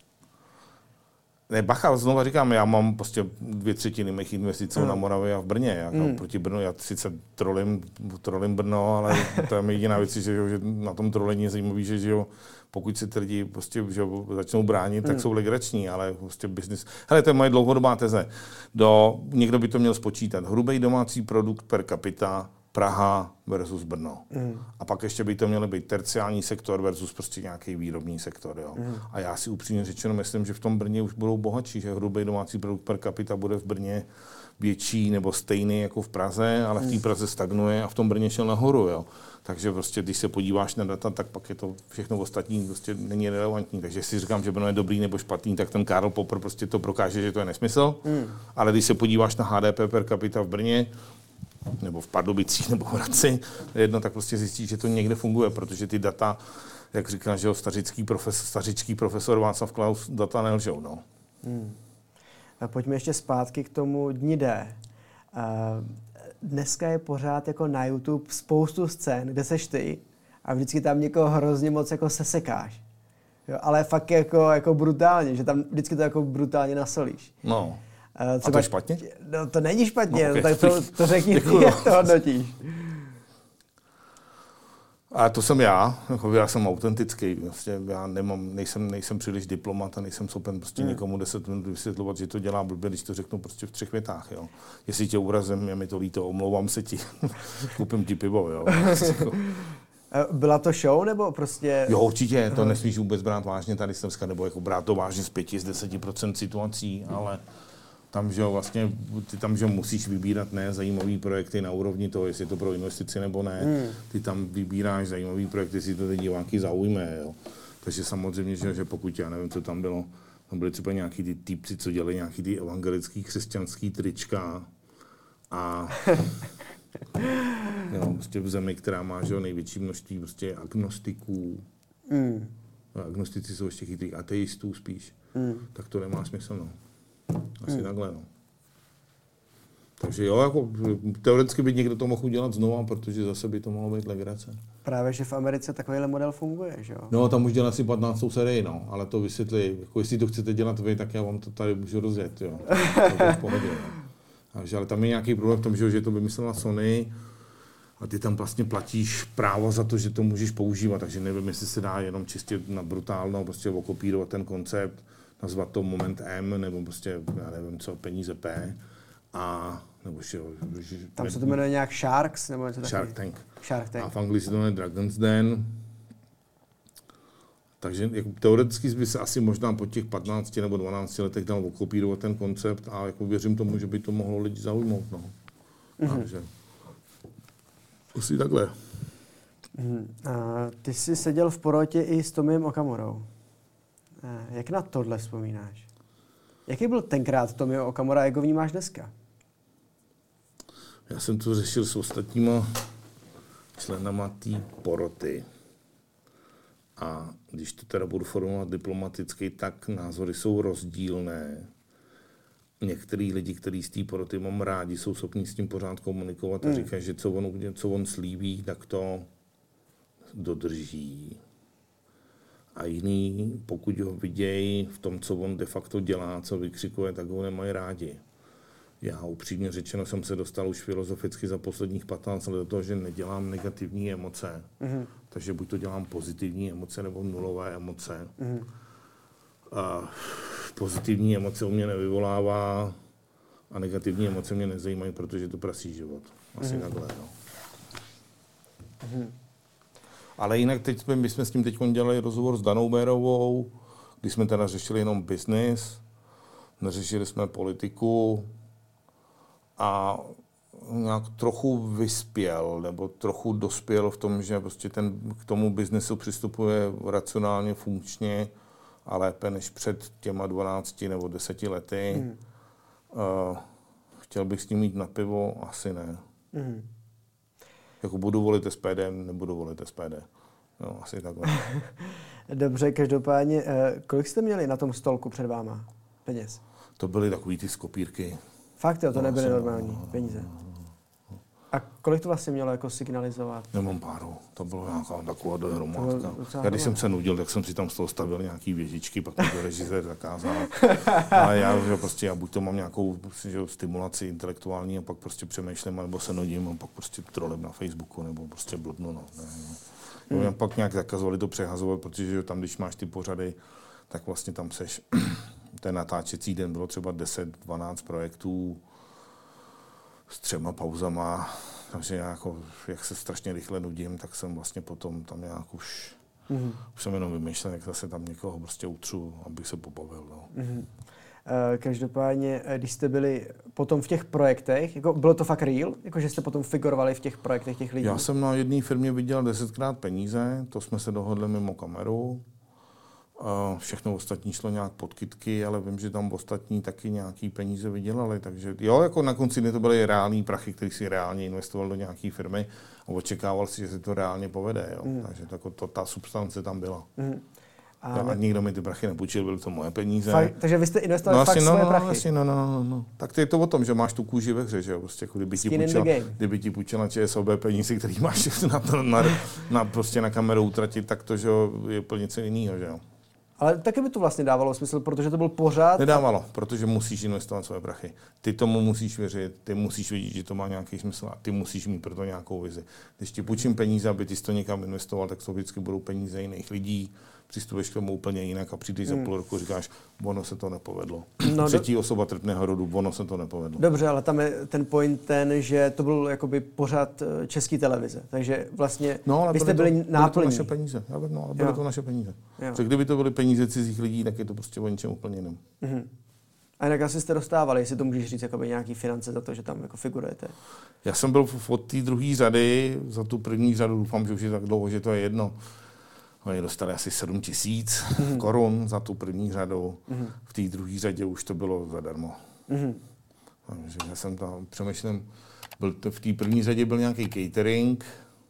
Ne, bacha, znova říkám, já mám prostě 2/3 mých investic na Moravě a v Brně. Proti Brnu, já sice trolím Brno, ale to je jediná věc, že na tom trolení je zajímavý, že pokud se ty lidi prostě, že začnou bránit, tak jsou legrační, ale prostě business. Hele, to je moje dlouhodobá teze. Někdo by to měl spočítat. Hrubý domácí produkt per capita Praha versus Brno. A pak ještě by to měl být terciální sektor versus prostě nějaký výrobní sektor. Jo. A já si upřímně řečeno myslím, že v tom Brně už budou bohatší, že hrubý domácí produkt per capita bude v Brně větší nebo stejný jako v Praze, ale v té Praze stagnuje a v tom Brně šel nahoru. Jo. Takže prostě, když se podíváš na data, tak pak je to všechno ostatní prostě není relevantní. Takže jestli říkám, že Brno je dobrý nebo špatný, tak ten Karl Popper prostě to prokáže, že to je nesmysl. Ale když se podíváš na HDP per capita v Brně, nebo v Pardubicích, nebo v Hradci, jedno, tak prostě zjistíš, že to někde funguje, protože ty data, jak říká, že stařičký profesor Václav Klaus, data nelžou. No. A pojďme ještě zpátky k tomu Dni D. Dneska je pořád jako na YouTube spoustu scén, kde seš ty a vždycky tam někoho hrozně moc jako sesekáš. Jo, ale fakt jako brutálně, že tam vždycky to jako brutálně nasolíš. No. A to je špatně? No, to není špatně, no, okay. Tak to řekni, jak to hodnotíš. A to jsem já jsem autentický. Vlastně já nejsem příliš diplomat a nejsem schopen prostě někomu 10 minut vysvětlovat, že to dělá blbě, když to řeknu prostě v 3 větách. Jo. Jestli tě urazím, je mi to líto, omlouvám se ti, koupím ti pivo. Jo. Byla to show nebo prostě... Jo, určitě, to nesmíš vůbec brát vážně tady dneska, nebo jako brát to vážně z 5-10% situací, ale tam, že vlastně, ty tam, že musíš vybírat ne zajímavý projekty na úrovni toho, jestli je to pro investici nebo ne. Ty tam vybíráš zajímavý projekty, jestli to ty diváky zaujme. Jo. Takže samozřejmě, že pokud, já nevím, co tam bylo, tam byly třeba nějaký ty týpci, co dělají nějaký ty evangelický křesťanský trička a jo, prostě v zemi, která má že, největší množství prostě agnostiků. Agnostici jsou ještě chytrý ateistů spíš. Tak to nemá smysl, no. Asi takhle, no. Takže jo, jako teoreticky by někdo to mohl udělat znova, protože zase by to mohlo být legrace. Právě, že v Americe takovýhle model funguje, že jo? No, tam už dělá asi 15. sérii, no, ale to vysvětlí, jako jestli to chcete dělat vy, tak já vám to tady můžu rozjet, jo. To je v pohodě, no. Takže, ale tam je nějaký problém v tom, že to vymyslela Sony a ty tam vlastně platíš právo za to, že to můžeš používat, takže nevím, jestli se dá jenom čistě na brutálno prostě okopírovat ten koncept, nazvat to Moment M, nebo prostě, já nevím co, peníze P, a, nebo že tam se to jmenuje nějak Sharks, nebo něco Shark Tank. Shark Tank. A v Anglii se to jmenuje Dragon's Den. Takže jako, teoreticky by se asi možná po těch 15 nebo 12 letech dal okopírovat ten koncept a jako věřím tomu, že by to mohlo lidi zaujmout. No. Takže asi takhle. A ty jsi seděl v porotě i s Tomiem Okamurou. Jak na tohle vzpomínáš? Jaký byl tenkrát Tomio Okamura, jak ho vnímáš dneska? Já jsem to řešil s ostatníma členama té poroty. A když to teda budu formulovat diplomaticky, tak názory jsou rozdílné. Některý lidi, kteří z té poroty mám rádi, jsou schopní s tím pořád komunikovat a říkají, že co on slíbí, tak to dodrží. A jiný, pokud ho vidějí v tom, co on de facto dělá, co vykřikuje, tak ho nemají rádi. Já upřímně řečeno jsem se dostal už filozoficky za posledních 15 let do toho, že nedělám negativní emoce. Takže buď to dělám pozitivní emoce nebo nulové emoce. A pozitivní emoce u mě nevyvolává a negativní emoce mě nezajímají, protože to prasí život. Asi takhle, no. Ale jinak my jsme s tím teď dělali rozhovor s Danou Bérovou, kdy jsme teda řešili jenom business, neřešili jsme politiku a nějak trochu vyspěl, nebo trochu dospěl v tom, že prostě k tomu biznesu přistupuje racionálně, funkčně a lépe než před těma 12 nebo 10 lety. Chtěl bych s ním jít na pivo? Asi ne. Jako budu volit SPD, nebudu volit SPD. No, asi takhle. Dobře, každopádně, kolik jste měli na tom stolku před váma peněz? To byly takový ty skopírky. Fakt jo, to nebyly normální peníze. A kolik to vlastně mělo jako signalizovat? Nemám páru, to bylo nějaká taková dohromadka. Já když jsem se nudil, tak jsem si tam z toho stavil nějaký věžičky, pak mi to režisér zakázal. Ale já buď to mám nějakou stimulaci intelektuální a pak prostě přemýšlím, nebo se nudím a pak prostě trolím na Facebooku, nebo prostě blbnu. No. Pak nějak zakazovali to přehazovat, protože tam, když máš ty pořady, tak vlastně tam seš, ten natáčecí den bylo třeba 10-12 projektů s 3 pauzama, takže jako, jak se strašně rychle nudím, tak jsem vlastně potom tam nějak už jsem jenom vymýšlel, jak zase tam někoho prostě utřu, abych se pobavil. No. Každopádně, když jste byli potom v těch projektech, jako bylo to fakt real? Jako, že jste potom figurovali v těch projektech těch lidí? Já jsem na jedné firmě viděl 10krát peníze, to jsme se dohodli mimo kameru. Všechno ostatní šlo nějak pod kytky, ale vím, že tam ostatní taky nějaký peníze vydělali, takže jo, jako na konci dny to byly reální prachy, který si reálně investoval do nějaké firmy a očekával si, že se to reálně povede, jo. Takže ta substance tam byla. A nikdo mi ty prachy nepůjčil, byly to moje peníze. Takže vy jste investovali fakt svoje prachy? No. Tak to je to o tom, že máš tu kůži ve hře, že jo. Prostě, jako kdyby ti půjčila ČSOB peníze, který máš prostě na kameru utratit, tak to že je úplně něco jiného, že jo. Ale taky by to vlastně dávalo smysl, protože to byl pořád... Nedávalo, protože musíš investovat své prachy. Ty tomu musíš věřit, ty musíš vědět, že to má nějaký smysl a ty musíš mít pro to nějakou vizi. Když ti půjčím peníze, aby ty to někam investoval, tak to vždycky budou peníze jiných lidí, přistupuješ k tomu úplně jinak a přijdeš za půl roku a říkáš, ono se to nepovedlo. Třetí osoba trpného rodu, ono se to nepovedlo. Dobře, ale tam je ten point ten, že to byl jakoby pořád Český televize, takže vlastně vy jste byli náplní. Byly to naše peníze, ale byly to naše peníze. Protože kdyby to byly peníze cizích lidí, tak je to prostě o ničem úplně jiném. A jinak asi jste dostávali, jestli to můžeš říct, jakoby nějaký finance za to, že tam jako figurujete. Já jsem byl od té druhé řady, za tu první řadu, doufám, že už je tak dlouho, že to je jedno. Oni dostali asi 7 000 korun za tu první řadu. V té druhé řadě už to bylo zadarmo. Takže já jsem tam přemýšlel, v té první řadě byl nějaký catering,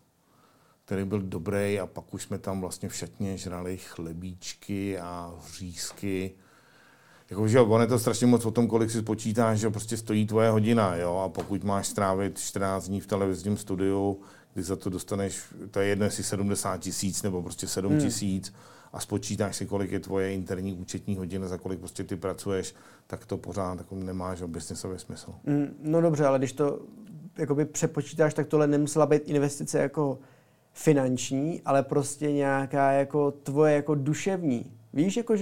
který byl dobrý a pak už jsme tam vlastně v šatně žrali chlebíčky a řízky. Jakože on je to strašně moc o tom, kolik si spočítáš, že prostě stojí tvoje hodina, jo, a pokud máš strávit 14 dní v televizním studiu, kdy za to dostaneš, to je jedno, jestli 70 000 nebo prostě 7 000 a spočítáš si, kolik je tvoje interní účetní hodina, za kolik prostě ty pracuješ, tak to pořád jako nemáš biznesový smysl. No dobře, ale když to jakoby přepočítáš, tak tohle nemusela být investice jako finanční, ale prostě nějaká jako tvoje jako duševní. Víš, jako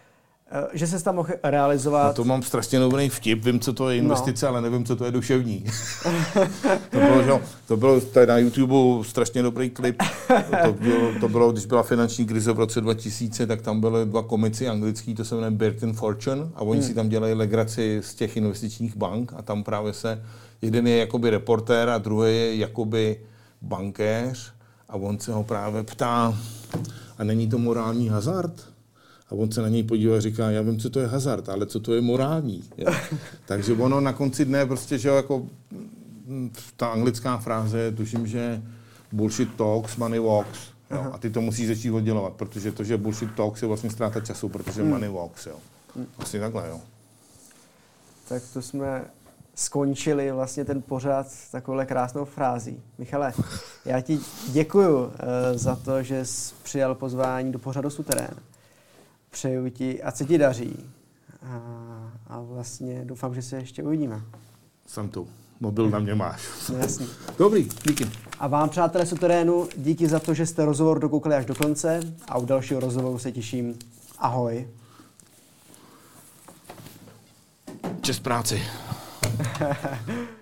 že se tam mohl realizovat. No to mám strašně dobrý vtip, vím, co to je investice, ale nevím, co to je duševní. to bylo na YouTube strašně dobrý klip. To bylo, když byla finanční krize v roce 2000, tak tam byly 2 komici anglický, to se jmenuje Burton Fortune a oni si tam dělají legraci z těch investičních bank a tam právě jeden je jakoby reportér a druhý je jakoby bankéř a on se ho právě ptá, a není to morální hazard? A on se na něj podívá a říká, já vím, co to je hazard, ale co to je morální. Takže ono na konci dne prostě, že jako ta anglická fráze, tuším, že bullshit talks, money walks. Jo? A ty to musíš začít oddělovat, protože to, že bullshit talks je vlastně ztráta času, protože money walks. Jo? Vlastně takhle, jo. Tak to jsme skončili vlastně ten pořad takovouhle krásnou frází. Michale, já ti děkuju za to, že jsi přijal pozvání do pořadu Suterén. Přeju ti, ať se ti daří. A vlastně doufám, že se ještě uvidíme. Jsem tu. Mobil na mě máš. Jasný. Dobrý, díky. A vám, přátelé Suterénu, díky za to, že jste rozhovor dokoukali až do konce a u dalšího rozhovoru se těším. Ahoj. Čest práci.